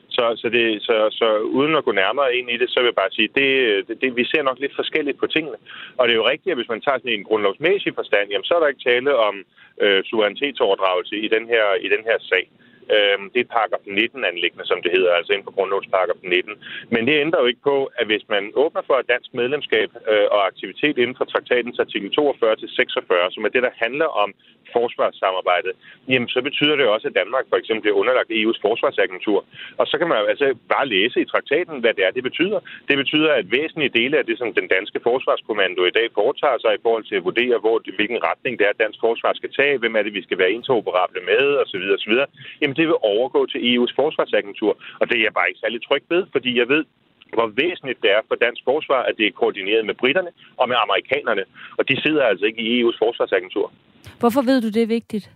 Så uden at gå nærmere ind i det, så vil jeg bare sige, vi ser nok lidt forskelligt på tingene. Og det er jo rigtigt, at hvis man tager sådan en grundlovsmæssig forstand, jamen, så er der ikke tale om suverænitetsoverdragelse i den her sag. Det er paragraf 19-anliggende, som det hedder, altså inden for grundlovs paragraf 19. Men det ændrer jo ikke på, at hvis man åbner for et dansk medlemskab og aktivitet inden for traktatens artikel 42-46, som er det, der handler om forsvarssamarbejdet, jamen så betyder det også, at Danmark for eksempel bliver underlagt EU's forsvarsagentur. Og så kan man jo altså bare læse i traktaten, hvad det er, det betyder. Det betyder, at væsentlige dele af det, som den danske forsvarskommando i dag foretager sig i forhold til at vurdere, hvilken retning det er, at dansk forsvar skal tage, hvem er det, vi skal være interoperable med, osv. osv. Jamen det vil overgå til EU's forsvarsagentur. Og det er jeg bare ikke særlig tryg ved, fordi jeg ved, hvor væsentligt det er for dansk forsvar, at det er koordineret med briterne og med amerikanerne. Og de sidder altså ikke i EU's forsvarsagentur. Hvorfor ved du, det er vigtigt?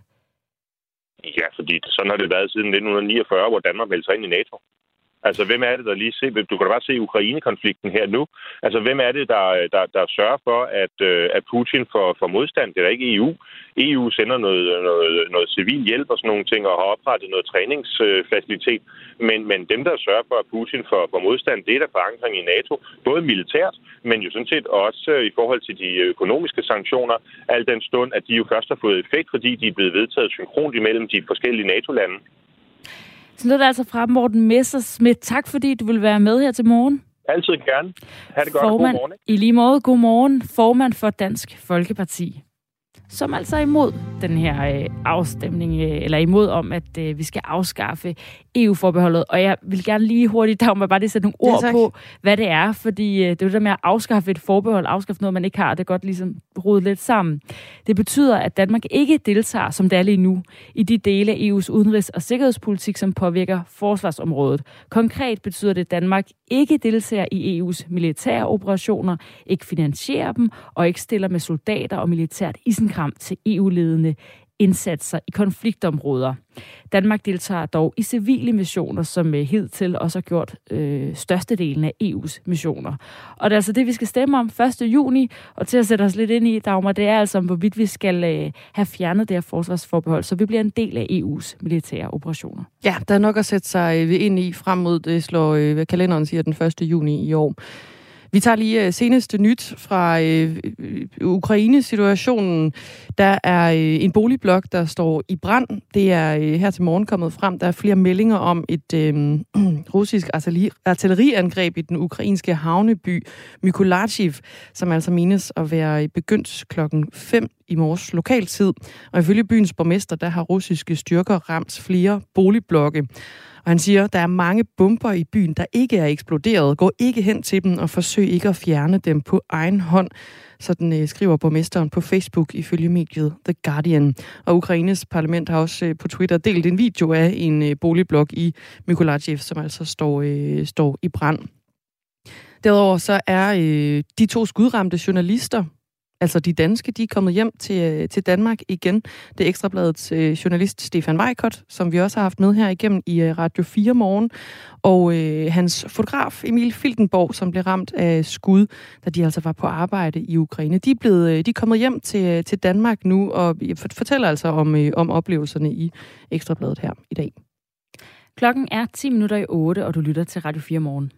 Ja, fordi sådan har det været siden 1949, hvor Danmark meldte sig ind i NATO. Altså, hvem er det, der lige ser... Du kan da bare se Ukraine-konflikten her nu. Altså, hvem er det, der sørger for, at Putin får modstand? Det er da ikke EU. EU sender noget civil hjælp og sådan nogle ting, og har oprettet noget træningsfacilitet. Men dem, der sørger for, at Putin får modstand, det er der forankring i NATO. Både militært, men jo sådan set også i forhold til de økonomiske sanktioner. Al den stund, at de jo først har fået effekt, fordi de er blevet vedtaget synkront imellem de forskellige NATO-lande. Så lød det altså fra Morten Messerschmidt. Tak fordi du vil være med her til morgen. Altid gerne. Ha' det godt og god morgen. I lige måde, god morgen. Formand for Dansk Folkeparti, som altså er imod den her afstemning, eller imod om, at vi skal afskaffe EU-forbeholdet. Og jeg vil gerne lige hurtigt, der må bare lige sætte nogle ord på, hvad det er, fordi det er det der med at afskaffe et forbehold, afskaffe noget, man ikke har, det er godt ligesom rodet lidt sammen. Det betyder, at Danmark ikke deltager, som det er lige nu, i de dele af EU's udenrigs- og sikkerhedspolitik, som påvirker forsvarsområdet. Konkret betyder det, at Danmark ikke deltager i EU's militære operationer, ikke finansierer dem, og ikke stiller med soldater og militært isenkram til EU-ledende indsatser i konfliktområder. Danmark deltager dog i civile missioner, som hidtil også har gjort størstedelen af EU's missioner. Og det er altså det, vi skal stemme om 1. juni, og til at sætte os lidt ind i, Dagmar, det er altså om, hvorvidt vi skal have fjernet det her forsvarsforbehold, så vi bliver en del af EU's militære operationer. Ja, der er nok at sætte sig ind i frem mod, det slår kalenderen siger den 1. juni i år. Vi tager lige seneste nyt fra Ukraine-situationen. Der er en boligblok, der står i brand. Det er her til morgen kommet frem. Der er flere meldinger om et russisk artilleriangreb i den ukrainske havneby Mykolaiv, som altså menes at være begyndt 5:00 i morges lokaltid. Og ifølge byens borgmester, der har russiske styrker ramt flere boligblokke. Og han siger, der er mange bomber i byen, der ikke er eksploderet. Gå ikke hen til dem og forsøg ikke at fjerne dem på egen hånd. Sådan skriver borgmesteren på Facebook ifølge mediet The Guardian. Og Ukraines parlament har også på Twitter delt en video af en boligblok i Mykolaiv, som altså står i brand. Derudover så er de 2 skudramte journalister, altså de danske, de er kommet hjem til Danmark igen. Det er Ekstrabladets journalist Stefan Weikert, som vi også har haft med her igennem i Radio 4 morgen. Og hans fotograf Emil Filtenborg, som blev ramt af skud, da de altså var på arbejde i Ukraine. De er kommet hjem til Danmark nu og fortæller altså om oplevelserne i Ekstrabladet her i dag. Klokken er 7:10, og du lytter til Radio 4 morgen.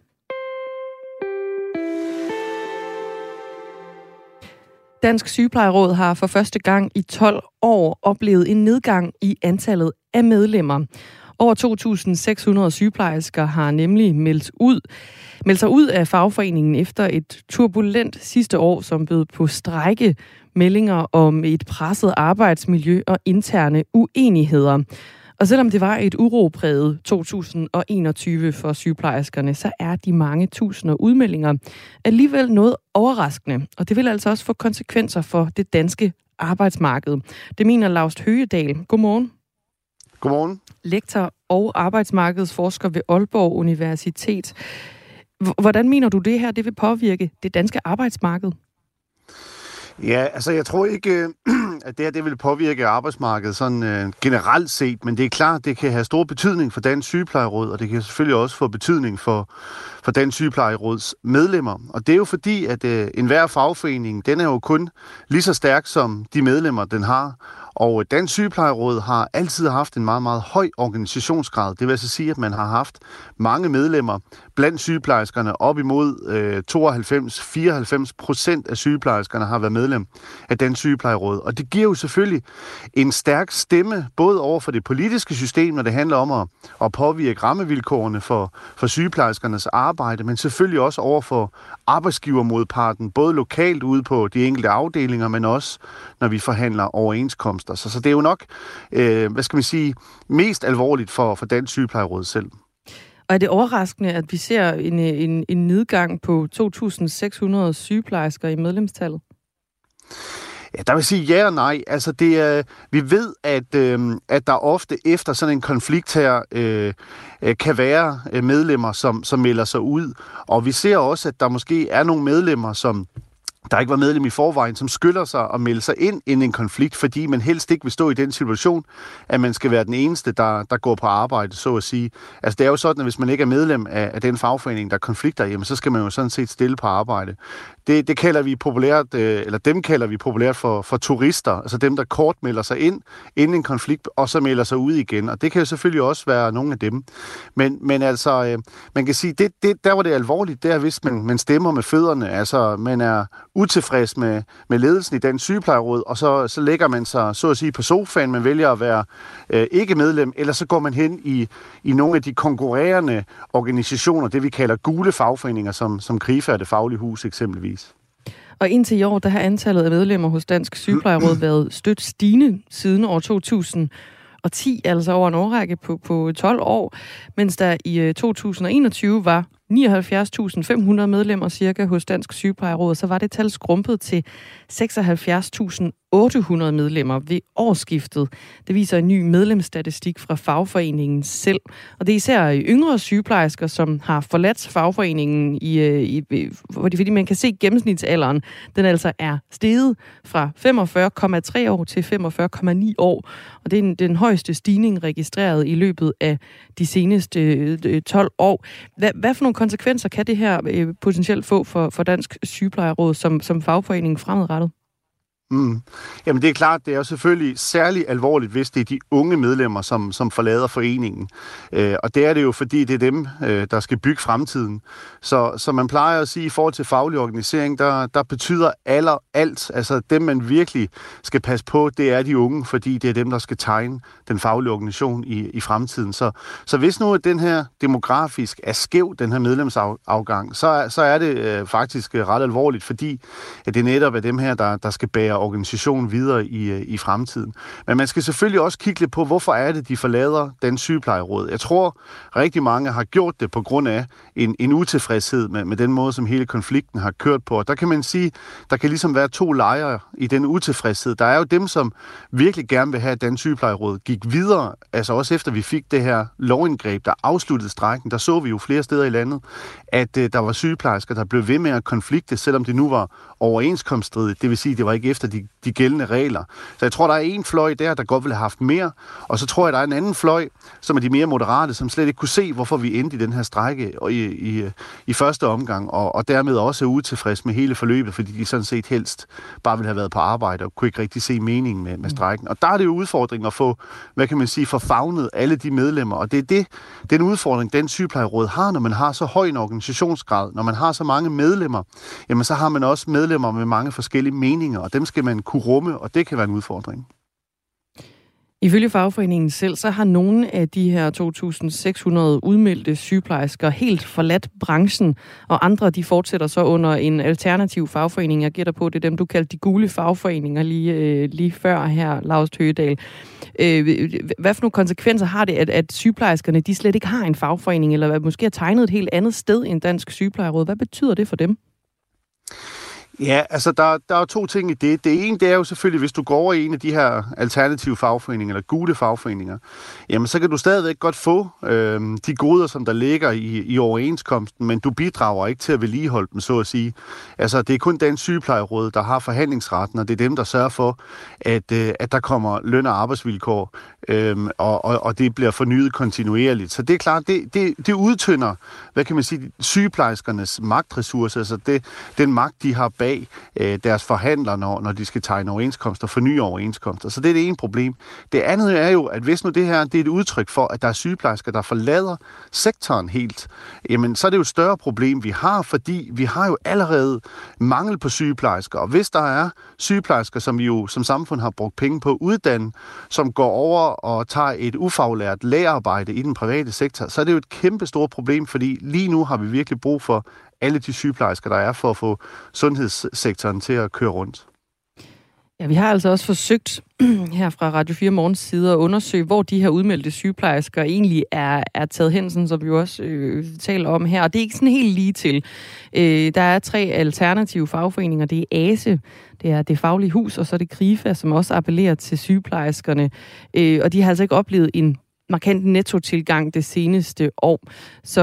Dansk Sygeplejeråd har for første gang i 12 år oplevet en nedgang i antallet af medlemmer. Over 2.600 sygeplejersker har nemlig meldt sig ud af fagforeningen efter et turbulent sidste år, som bød på strejke, meldinger om et presset arbejdsmiljø og interne uenigheder. Og selvom det var et uropræget 2021 for sygeplejerskerne, så er de mange tusinder udmeldinger alligevel noget overraskende. Og det vil altså også få konsekvenser for det danske arbejdsmarked. Det mener Laust Høgedal. Godmorgen. Godmorgen. Lektor og arbejdsmarkedsforsker ved Aalborg Universitet. Hvordan mener du det her, det vil påvirke det danske arbejdsmarked? Ja, altså jeg tror ikke, at det vil påvirke arbejdsmarkedet sådan generelt set, men det er klart, det kan have stor betydning for Dansk Sygeplejeråd, og det kan selvfølgelig også få betydning for Dansk Sygeplejeråds medlemmer. Og det er jo fordi, at enhver fagforening, den er jo kun lige så stærk som de medlemmer, den har. Og Dansk Sygeplejeråd har altid haft en meget, meget høj organisationsgrad. Det vil altså sige, at man har haft mange medlemmer blandt sygeplejerskerne. Op imod 92-94% af sygeplejerskerne har været medlem af Dansk Sygeplejeråd. Og det giver jo selvfølgelig en stærk stemme, både over for det politiske system, når det handler om at påvirke rammevilkårene for sygeplejerskernes arbejde, men selvfølgelig også over for arbejdsgivermodparten, både lokalt ude på de enkelte afdelinger, men også når vi forhandler overenskomster. Så det er jo nok, mest alvorligt for Dansk Sygeplejeråd selv. Og er det overraskende, at vi ser en nedgang på 2.600 sygeplejersker i medlemstallet? Ja, der vil sige ja og nej. Altså vi ved, at der ofte efter sådan en konflikt her kan være medlemmer, som melder sig ud. Og vi ser også, at der måske er nogle medlemmer, som der ikke var medlem i forvejen, som skylder sig at melde sig ind i en konflikt, fordi man helst ikke vil stå i den situation, at man skal være den eneste, der går på arbejde, så at sige. Altså det er jo sådan, at hvis man ikke er medlem af den fagforening, der konflikter, jamen så skal man jo sådan set stille på arbejde. Det kalder vi populært, eller dem kalder vi populært for turister, altså dem, der kort melder sig ind inden en konflikt, og så melder sig ud igen. Og det kan jo selvfølgelig også være nogle af dem. Men altså, man kan sige, der hvor det er alvorligt, det er, hvis man stemmer med fødderne, altså man er utilfreds med ledelsen i Dansk Sygeplejeråd, og så lægger man sig, så at sige, på sofaen, man vælger at være ikke medlem, eller så går man hen i nogle af de konkurrerende organisationer, det vi kalder gule fagforeninger, som Krifa og Det Faglige Hus eksempelvis. Og indtil i år, der har antallet af medlemmer hos Dansk Sygeplejeråd været stødt stigende siden år 2010, altså over en årrække på 12 år, mens der i 2021 var 79.500 medlemmer cirka hos Dansk Sygeplejeråd, så var det tal skrumpet til 76.800 medlemmer ved årsskiftet. Det viser en ny medlemsstatistik fra fagforeningen selv. Og det er især yngre sygeplejersker, som har forladt fagforeningen, fordi man kan se gennemsnitsalderen, den altså er steget fra 45,3 år til 45,9 år. Og det er den højeste stigning registreret i løbet af de seneste 12 år. Hvad for nogle konsekvenser kan det her potentielt få for Dansk Sygeplejeråd som fagforening fremadrettet? Jamen det er klart, det er jo selvfølgelig særlig alvorligt, hvis det er de unge medlemmer, som forlader foreningen. Og det er det jo, fordi det er dem, der skal bygge fremtiden. Så man plejer at sige, i forhold til faglig organisering, der betyder alt. Altså dem, man virkelig skal passe på, det er de unge, fordi det er dem, der skal tegne den faglige organisation i fremtiden. Så hvis nu at den her demografisk er skæv, den her medlemsafgang, så er det faktisk ret alvorligt, fordi at det netop er dem her, der skal bære bære organisationen videre i fremtiden. Men man skal selvfølgelig også kigge lidt på, hvorfor er det, de forlader den sygeplejeråd. Jeg tror, rigtig mange har gjort det på grund af en utilfredshed med den måde, som hele konflikten har kørt på. Og der kan man sige, der kan ligesom være to lejre i den utilfredshed. Der er jo dem, som virkelig gerne vil have, at den sygeplejeråd gik videre, altså også efter vi fik det her lovindgreb, der afsluttede strejken. Der så vi jo flere steder i landet, at der var sygeplejersker, der blev ved med at konflikte, selvom det nu var overenskomststridigt. Det vil sige, at det var ikke efter de gældende regler. Så jeg tror, der er en fløj der godt ville have haft mere, og så tror jeg, der er en anden fløj, som er de mere moderate, som slet ikke kunne se, hvorfor vi endte i den her strejke i første omgang, og dermed også er utilfreds med hele forløbet, fordi de sådan set helst bare ville have været på arbejde og kunne ikke rigtig se meningen med strejken. Og der er det jo udfordring at få, hvad kan man sige, forfavnet alle de medlemmer, og det er den udfordring, den sygeplejeråd har, når man har så høj en organisationsgrad, når man har så mange medlemmer, jamen så har man også medlemmer med mange forskellige meninger, og dem skal man kunne rumme, og det kan være en udfordring. Ifølge fagforeningen selv, så har nogle af de her 2.600 udmeldte sygeplejersker helt forladt branchen, og andre de fortsætter så under en alternativ fagforening. Jeg gætter på, det er dem, du kaldte de gule fagforeninger lige før her, Laust Høgedal. Hvad for nogle konsekvenser har det, at sygeplejerskerne de slet ikke har en fagforening, eller måske har tegnet et helt andet sted end Dansk Sygeplejeråd? Hvad betyder det for dem? Ja, altså der er to ting i det. Det ene, det er jo selvfølgelig, hvis du går over i en af de her alternative fagforeninger, eller gule fagforeninger, jamen så kan du stadigvæk godt få de goder, som der ligger i overenskomsten, men du bidrager ikke til at vedligeholde dem, så at sige. Altså det er kun Dansk Sygeplejeråd, der har forhandlingsretten, og det er dem, der sørger for, at der kommer løn- og arbejdsvilkår, og det bliver fornyet kontinuerligt. Så det er klart, det udtynder, hvad kan man sige, sygeplejerskernes magtressourcer, altså den magt, de har bag deres forhandlere, når de skal tegne overenskomster, forny overenskomster. Så det er det ene problem. Det andet er jo, at hvis nu det her det er et udtryk for, at der er sygeplejersker, der forlader sektoren helt, jamen så er det jo et større problem, vi har, fordi vi har jo allerede mangel på sygeplejersker. Og hvis der er sygeplejersker, som vi jo som samfund har brugt penge på at uddanne, som går over og tager et ufaglært lagerarbejde i den private sektor, så er det jo et kæmpe stort problem, fordi lige nu har vi virkelig brug for alle de sygeplejersker, der er for at få sundhedssektoren til at køre rundt. Ja, vi har altså også forsøgt her fra Radio 4 Morgens side at undersøge, hvor de her udmeldte sygeplejersker egentlig er taget hen, sådan, som vi jo også taler om her. Og det er ikke sådan helt lige til. Der er 3 alternative fagforeninger. Det er ASE, det er Det Faglige Hus, og så er det KRIFA, som også appellerer til sygeplejerskerne. Og de har altså ikke oplevet en markant nettotilgang det seneste år. Så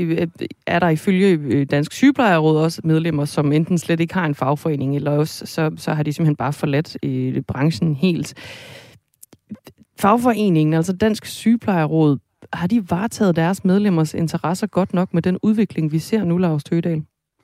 er der ifølge Dansk Sygeplejeråd også medlemmer, som enten slet ikke har en fagforening, eller også så har de simpelthen bare forladt branchen helt. Fagforeningen, altså Dansk Sygeplejeråd, har de varetaget deres medlemmers interesser godt nok med den udvikling, vi ser nu, Laust Høgedal?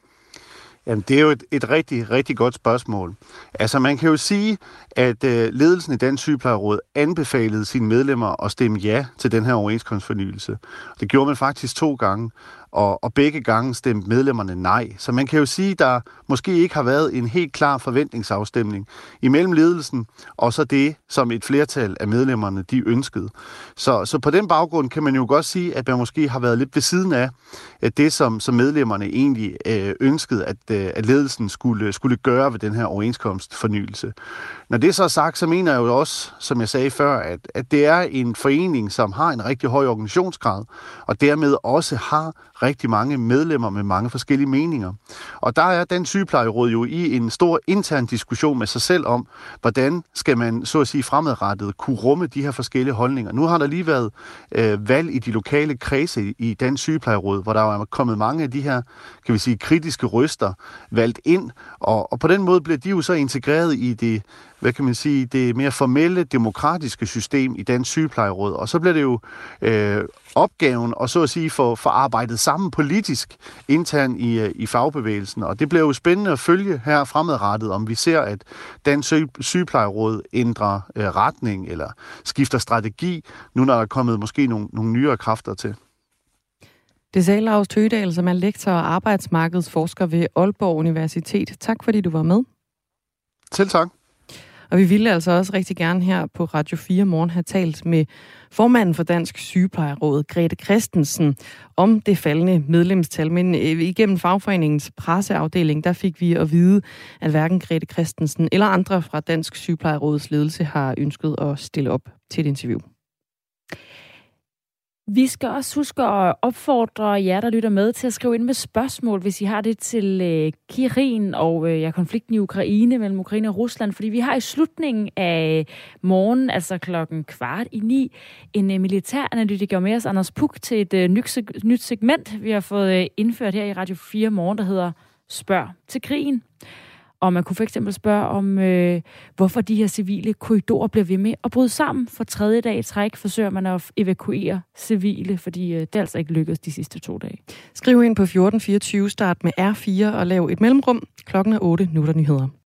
Jamen, det er jo et rigtig, rigtig godt spørgsmål. Altså, man kan jo sige, at ledelsen i Dansk Sygeplejeråd anbefalede sine medlemmer at stemme ja til den her overenskomstfornyelse. Det gjorde man faktisk 2 gange, og begge gange stemte medlemmerne nej. Så man kan jo sige, at der måske ikke har været en helt klar forventningsafstemning imellem ledelsen, og så det, som et flertal af medlemmerne de ønskede. Så på den baggrund kan man jo godt sige, at man måske har været lidt ved siden af det, som medlemmerne egentlig ønskede, at ledelsen skulle gøre ved den her overenskomstfornyelse. Når det så er sagt, så mener jeg jo også, som jeg sagde før, at det er en forening, som har en rigtig høj organisationsgrad, og dermed også har rigtig mange medlemmer med mange forskellige meninger. Og der er Dansk Sygeplejeråd jo i en stor intern diskussion med sig selv om, hvordan skal man så at sige fremadrettet kunne rumme de her forskellige holdninger. Nu har der lige været valg i de lokale kredse i Dansk Sygeplejeråd, hvor der er kommet mange af de her, kan vi sige, kritiske røster valgt ind, og på den måde bliver de jo så integreret i det, hvad kan man sige, det mere formelle demokratiske system i Dansk Sygeplejeråd. Og så bliver det jo opgaven og så at sige for arbejdet sammen politisk internt i fagbevægelsen. Og det bliver jo spændende at følge her fremadrettet, om vi ser, at Dansk Sygeplejeråd ændrer retning eller skifter strategi, nu når der er kommet måske nogle nyere kræfter til. Det sagde Laust Høgedal, som er lektor og arbejdsmarkedsforsker ved Aalborg Universitet. Tak fordi du var med. Selv tak. Og vi ville altså også rigtig gerne her på Radio 4 Morgen have talt med formanden for Dansk Sygeplejeråd, Grete Christensen, om det faldende medlemstal. Men igennem fagforeningens presseafdeling, der fik vi at vide, at hverken Grete Christensen eller andre fra Dansk Sygeplejeråds ledelse har ønsket at stille op til et interview. Vi skal også huske at opfordre jer, der lytter med, til at skrive ind med spørgsmål, hvis I har det til krigen og konflikten i Ukraine, mellem Ukraine og Rusland. Fordi vi har i slutningen af morgen, altså 8:15, en militæranalytiker med os, Anders Puk, til et nyt segment, vi har fået indført her i Radio 4 Morgen, der hedder Spørg til krigen. Og man kunne for eksempel spørge om, hvorfor de her civile korridorer bliver ved med at bryde sammen. For 3. dag i træk forsøger man at evakuere civile, fordi det er altså ikke lykkedes de sidste 2 dage. Skriv ind på 1424, start med R4 og lav et mellemrum. Klokken er 8, nu er der nyheder.